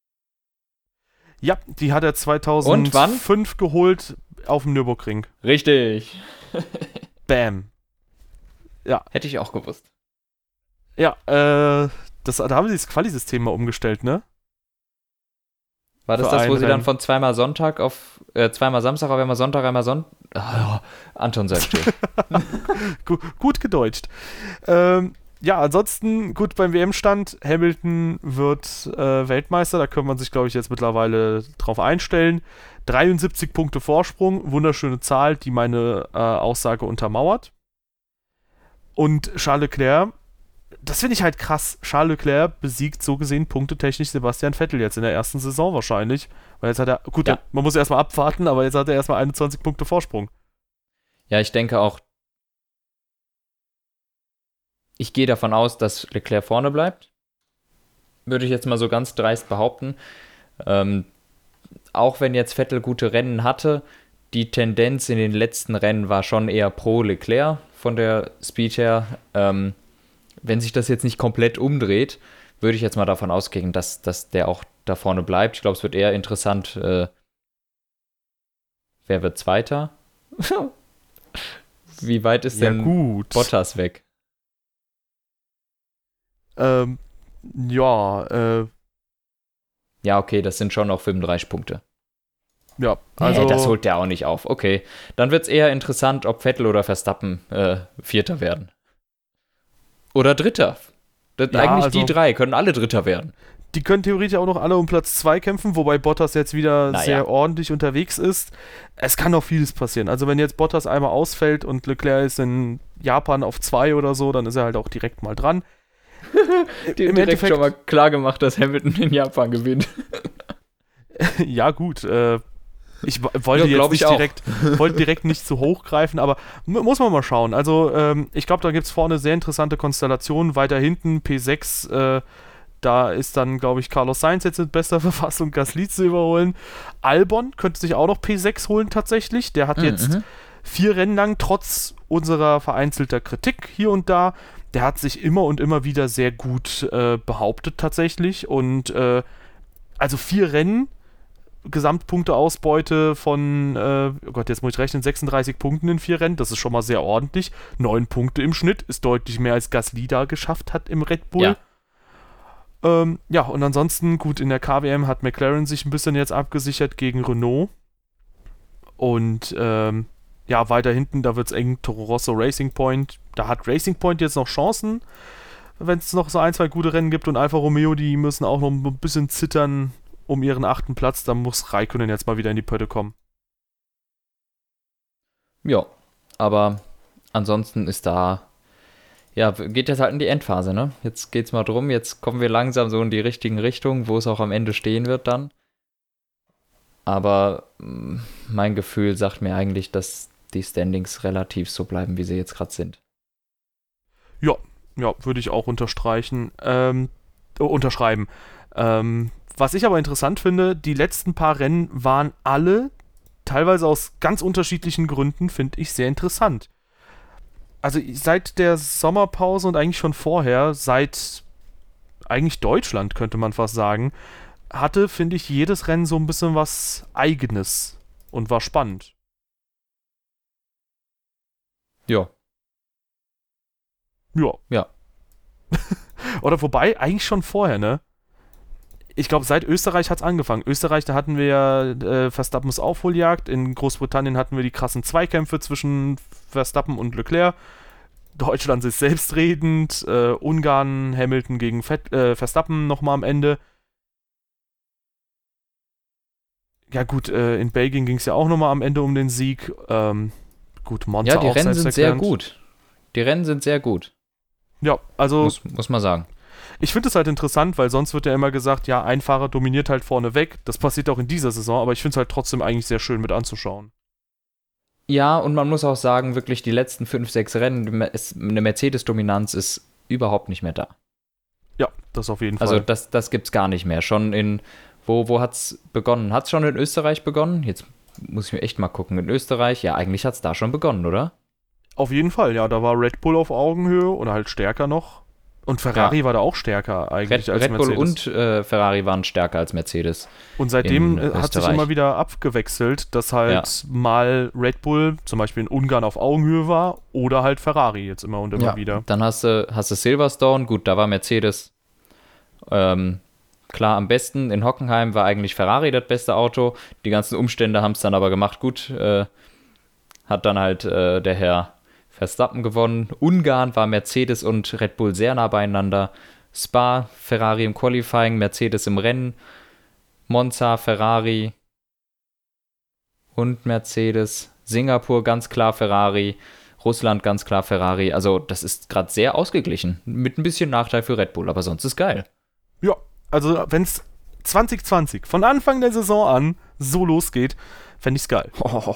ja, die hat er zweitausendfünf Und wann? geholt auf dem Nürburgring. Richtig. Bam. Hätte ich auch gewusst. Ja, äh, das, da haben sie das Quali-System mal umgestellt, ne? War das Für das, wo ein sie dann Rennen. von zweimal Sonntag auf, äh, zweimal Samstag auf einmal Sonntag, einmal Sonntag? Ah, Anton sagt still. Gu gut gedeutscht. Ähm, ja, ansonsten, gut, beim W M-Stand, Hamilton wird äh, Weltmeister, da kann man sich, glaube ich, jetzt mittlerweile drauf einstellen. dreiundsiebzig Punkte Vorsprung, wunderschöne Zahl, die meine äh, Aussage untermauert. Und Charles Leclerc, das finde ich halt krass, Charles Leclerc besiegt so gesehen punktetechnisch Sebastian Vettel jetzt in der ersten Saison wahrscheinlich. Weil jetzt hat er, gut, Ja. man muss erstmal abwarten, aber jetzt hat er erstmal einundzwanzig Punkte Vorsprung. Ja, ich denke auch, ich gehe davon aus, dass Leclerc vorne bleibt. Würde ich jetzt mal so ganz dreist behaupten. Ähm, auch wenn jetzt Vettel gute Rennen hatte, die Tendenz in den letzten Rennen war schon eher pro Leclerc von der Speed her. Ähm, wenn sich das jetzt nicht komplett umdreht, würde ich jetzt mal davon ausgehen, dass, dass der auch da vorne bleibt. Ich glaube, es wird eher interessant, äh, wer wird Zweiter? Wie weit ist Ja, denn gut. Bottas weg? Ähm, ja, äh, Ja, okay, das sind schon noch fünfunddreißig Punkte. ja, Also, also. nee, das holt der auch nicht auf. Okay, dann wird es eher interessant, ob Vettel oder Verstappen äh, Vierter werden. Oder Dritter. Das, Ja, eigentlich also- die drei können alle Dritter werden. Die können theoretisch auch noch alle um Platz zwei kämpfen, wobei Bottas jetzt wieder Naja. sehr ordentlich unterwegs ist. Es kann noch vieles passieren. Also wenn jetzt Bottas einmal ausfällt und Leclerc ist in Japan auf zwei oder so, dann ist er halt auch direkt mal dran. Die Im haben direkt Endeffekt- schon mal klar gemacht, dass Hamilton in Japan gewinnt. Ja gut, äh, ich w- wollte Ja, jetzt glaub ich nicht auch. direkt, wollte direkt nicht zu hoch greifen, aber mu- muss man mal schauen. Also ähm, ich glaube, da gibt es vorne sehr interessante Konstellationen. Weiter hinten P sechs, äh, da ist dann, glaube ich, Carlos Sainz jetzt in bester Verfassung, Gasly zu überholen. Albon könnte sich auch noch P sechs holen tatsächlich. Der hat jetzt Mhm. vier Rennen lang, trotz unserer vereinzelter Kritik hier und da, der hat sich immer und immer wieder sehr gut äh, behauptet tatsächlich. Und äh, also vier Rennen, Gesamtpunkteausbeute von, äh, oh Gott, jetzt muss ich rechnen, sechsunddreißig Punkten in vier Rennen, das ist schon mal sehr ordentlich. Neun Punkte im Schnitt, ist deutlich mehr als Gasly da geschafft hat im Red Bull. Ja. Ähm, ja, und ansonsten, gut, in der K W M hat McLaren sich ein bisschen jetzt abgesichert gegen Renault. Und ähm, ja, weiter hinten, da wird es eng, Toro Rosso, Racing Point. Da hat Racing Point jetzt noch Chancen. wenn es noch so ein, zwei gute Rennen gibt und Alfa Romeo, die müssen auch noch ein bisschen zittern um ihren achten Platz, dann muss Räikkönen jetzt mal wieder in die Pötte kommen. Ja, aber ansonsten ist da, ja, geht jetzt halt in die Endphase, ne? Jetzt geht's mal drum, jetzt kommen wir langsam so in die richtigen Richtungen, wo es auch am Ende stehen wird dann. Aber mh, mein Gefühl sagt mir eigentlich, dass die Standings relativ so bleiben, wie sie jetzt gerade sind. Ja, ja, würde ich auch unterstreichen, ähm, oh, unterschreiben. Ähm, was ich aber interessant finde, die letzten paar Rennen waren alle, teilweise aus ganz unterschiedlichen Gründen, finde ich sehr interessant. Also seit der Sommerpause und eigentlich schon vorher, seit eigentlich Deutschland, könnte man fast sagen, hatte, finde ich, jedes Rennen so ein bisschen was Eigenes und war spannend. Ja. Ja. Ja. Oder wobei, eigentlich schon vorher, ne? Ich glaube, seit Österreich hat es angefangen. Österreich, da hatten wir ja äh, Verstappens Aufholjagd. In Großbritannien hatten wir die krassen Zweikämpfe zwischen Verstappen und Leclerc. Deutschland ist selbstredend. Äh, Ungarn, Hamilton gegen Fett, äh, Verstappen nochmal am Ende. Ja gut, äh, in Belgien ging es ja auch nochmal am Ende um den Sieg. Ähm, gut, Monza Ja, die auch Rennen sind sehr selbsterklärend. gut. Die Rennen sind sehr gut. Ja, also Muss, muss man sagen. ich finde es halt interessant, weil sonst wird ja immer gesagt, ja, ein Fahrer dominiert halt vorne weg. Das passiert auch in dieser Saison, aber ich finde es halt trotzdem eigentlich sehr schön mit anzuschauen. Ja, und man muss auch sagen, wirklich die letzten fünf, sechs Rennen, ist, eine Mercedes-Dominanz ist überhaupt nicht mehr da. Ja, das auf jeden Also Fall. das, das gibt's gar nicht mehr. Schon in, wo, wo hat's begonnen? Hat's schon in Österreich begonnen? Jetzt muss ich mir echt mal gucken. In Österreich, ja, eigentlich hat's da schon begonnen, oder? Auf jeden Fall, ja, da war Red Bull auf Augenhöhe oder halt stärker noch. Und Ferrari Ja. war da auch stärker eigentlich Red, als Red Bull Mercedes. und äh, Ferrari waren stärker als Mercedes. Und seitdem in äh, hat sich Österreich. immer wieder abgewechselt, dass halt mal Red Bull zum Beispiel in Ungarn auf Augenhöhe war oder halt Ferrari jetzt immer und immer Ja, wieder. dann hast du, hast du Silverstone, gut, da war Mercedes ähm, klar am besten. In Hockenheim war eigentlich Ferrari das beste Auto. Die ganzen Umstände haben es dann aber gemacht. Gut, äh, hat dann halt äh, der Herr Verstappen gewonnen. Ungarn war Mercedes und Red Bull sehr nah beieinander. Spa, Ferrari im Qualifying, Mercedes im Rennen. Monza, Ferrari und Mercedes. Singapur ganz klar Ferrari. Russland ganz klar Ferrari. Also das ist gerade sehr ausgeglichen. Mit ein bisschen Nachteil für Red Bull, aber sonst ist geil. Ja, also wenn es zwanzig zwanzig von Anfang der Saison an so losgeht, fände ich's geil.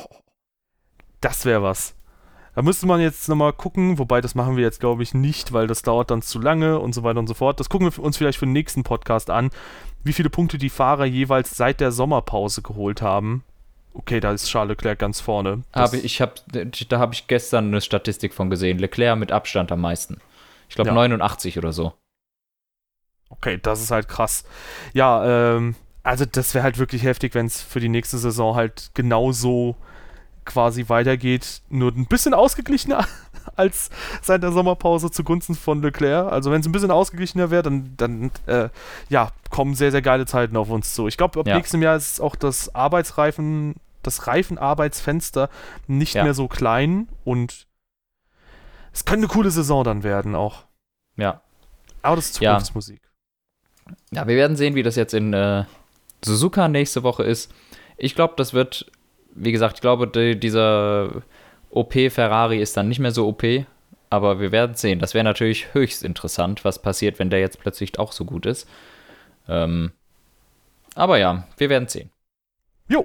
Das wäre was. Da müsste man jetzt nochmal gucken, wobei das machen wir jetzt, glaube ich, nicht, weil das dauert dann zu lange und so weiter und so fort. Das gucken wir uns vielleicht für den nächsten Podcast an, wie viele Punkte die Fahrer jeweils seit der Sommerpause geholt haben. Okay, da ist Charles Leclerc ganz vorne. Das, Aber ich hab, da habe ich gestern eine Statistik von gesehen. Leclerc mit Abstand am meisten. Ich glaube Ja. neunundachtzig oder so. okay, das ist halt krass. Ja, ähm, also das wäre halt wirklich heftig, wenn es für die nächste Saison halt genauso quasi weitergeht, nur ein bisschen ausgeglichener als seit der Sommerpause zugunsten von Leclerc. Also wenn es ein bisschen ausgeglichener wäre, dann, dann äh, ja, kommen sehr, sehr geile Zeiten auf uns zu. Ich glaube, ab Ja. nächstem Jahr ist auch das Arbeitsreifen, das Reifenarbeitsfenster nicht Ja. mehr so klein und es könnte eine coole Saison dann werden auch. Ja. Aber das ist Ja. Zukunftsmusik. Ja, wir werden sehen, wie das jetzt in äh, Suzuka nächste Woche ist. Ich glaube, das wird, wie gesagt, ich glaube, die, dieser O P Ferrari ist dann nicht mehr so O P, aber wir werden sehen. Das wäre natürlich höchst interessant, was passiert, wenn der jetzt plötzlich auch so gut ist. Ähm, aber ja, wir werden sehen. Jo.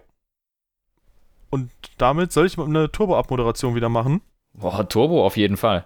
Und damit soll ich mal eine Turbo-Abmoderation wieder machen. Boah, Turbo auf jeden Fall.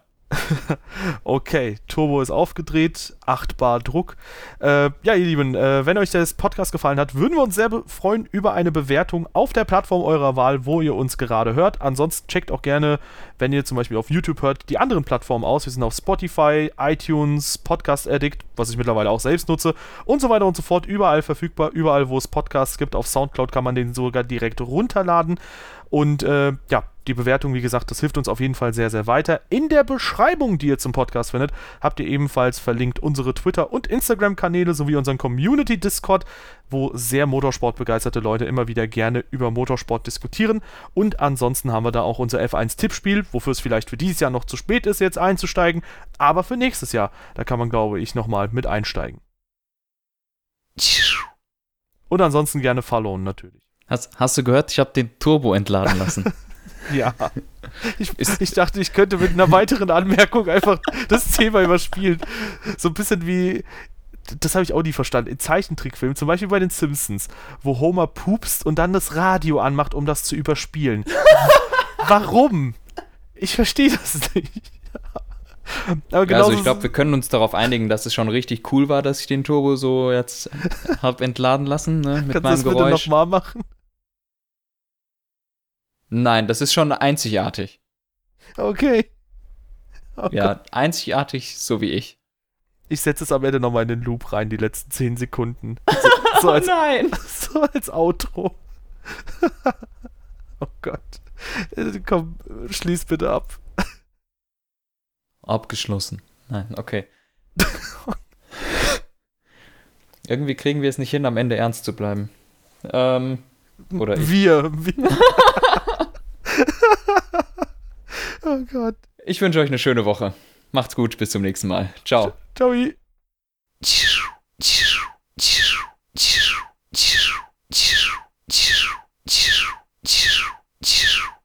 Okay, Turbo ist aufgedreht, acht Bar Druck. Äh, ja, ihr Lieben, äh, wenn euch das Podcast gefallen hat, würden wir uns sehr be- freuen über eine Bewertung auf der Plattform eurer Wahl, wo ihr uns gerade hört. Ansonsten checkt auch gerne, wenn ihr zum Beispiel auf YouTube hört, die anderen Plattformen aus. Wir sind auf Spotify, iTunes, Podcast Addict, was ich mittlerweile auch selbst nutze und so weiter und so fort. Überall verfügbar, überall, wo es Podcasts gibt. Auf Soundcloud kann man den sogar direkt runterladen. Und äh, ja, die Bewertung, wie gesagt, das hilft uns auf jeden Fall sehr, sehr weiter. In der Beschreibung Beschreibung, die ihr zum Podcast findet, habt ihr ebenfalls verlinkt unsere Twitter- und Instagram-Kanäle sowie unseren Community-Discord, wo sehr motorsportbegeisterte Leute immer wieder gerne über Motorsport diskutieren. Und ansonsten haben wir da auch unser F eins Tippspiel, wofür es vielleicht für dieses Jahr noch zu spät ist, jetzt einzusteigen, aber für nächstes Jahr, da kann man, glaube ich, nochmal mit einsteigen. Und ansonsten gerne followen, natürlich. Hast, hast du gehört? Ich habe den Turbo entladen lassen. Ja. Ich, ich dachte, ich könnte mit einer weiteren Anmerkung einfach das Thema überspielen. So ein bisschen wie, das habe ich auch nie verstanden, in Zeichentrickfilmen, zum Beispiel bei den Simpsons, wo Homer pupst und dann das Radio anmacht, um das zu überspielen. Warum? Ich verstehe das nicht. Aber Ja, also ich glaube, wir können uns darauf einigen, dass es schon richtig cool war, dass ich den Turbo so jetzt habe entladen lassen, ne, mit Kannst meinem du das Geräusch. bitte nochmal machen? Nein, das ist schon einzigartig. Okay. Oh Ja, Gott. einzigartig, so wie ich. Ich setze es am Ende nochmal in den Loop rein, die letzten zehn Sekunden. So, so als, Oh nein! so als Outro. Oh Gott. Komm, schließ bitte ab. Abgeschlossen. Nein, okay. Irgendwie kriegen wir es nicht hin, am Ende ernst zu bleiben. Ähm, oder ich. Wir. wir. Oh Gott. Ich wünsche euch eine schöne Woche. Macht's gut, bis zum nächsten Mal. Ciao. Ciao.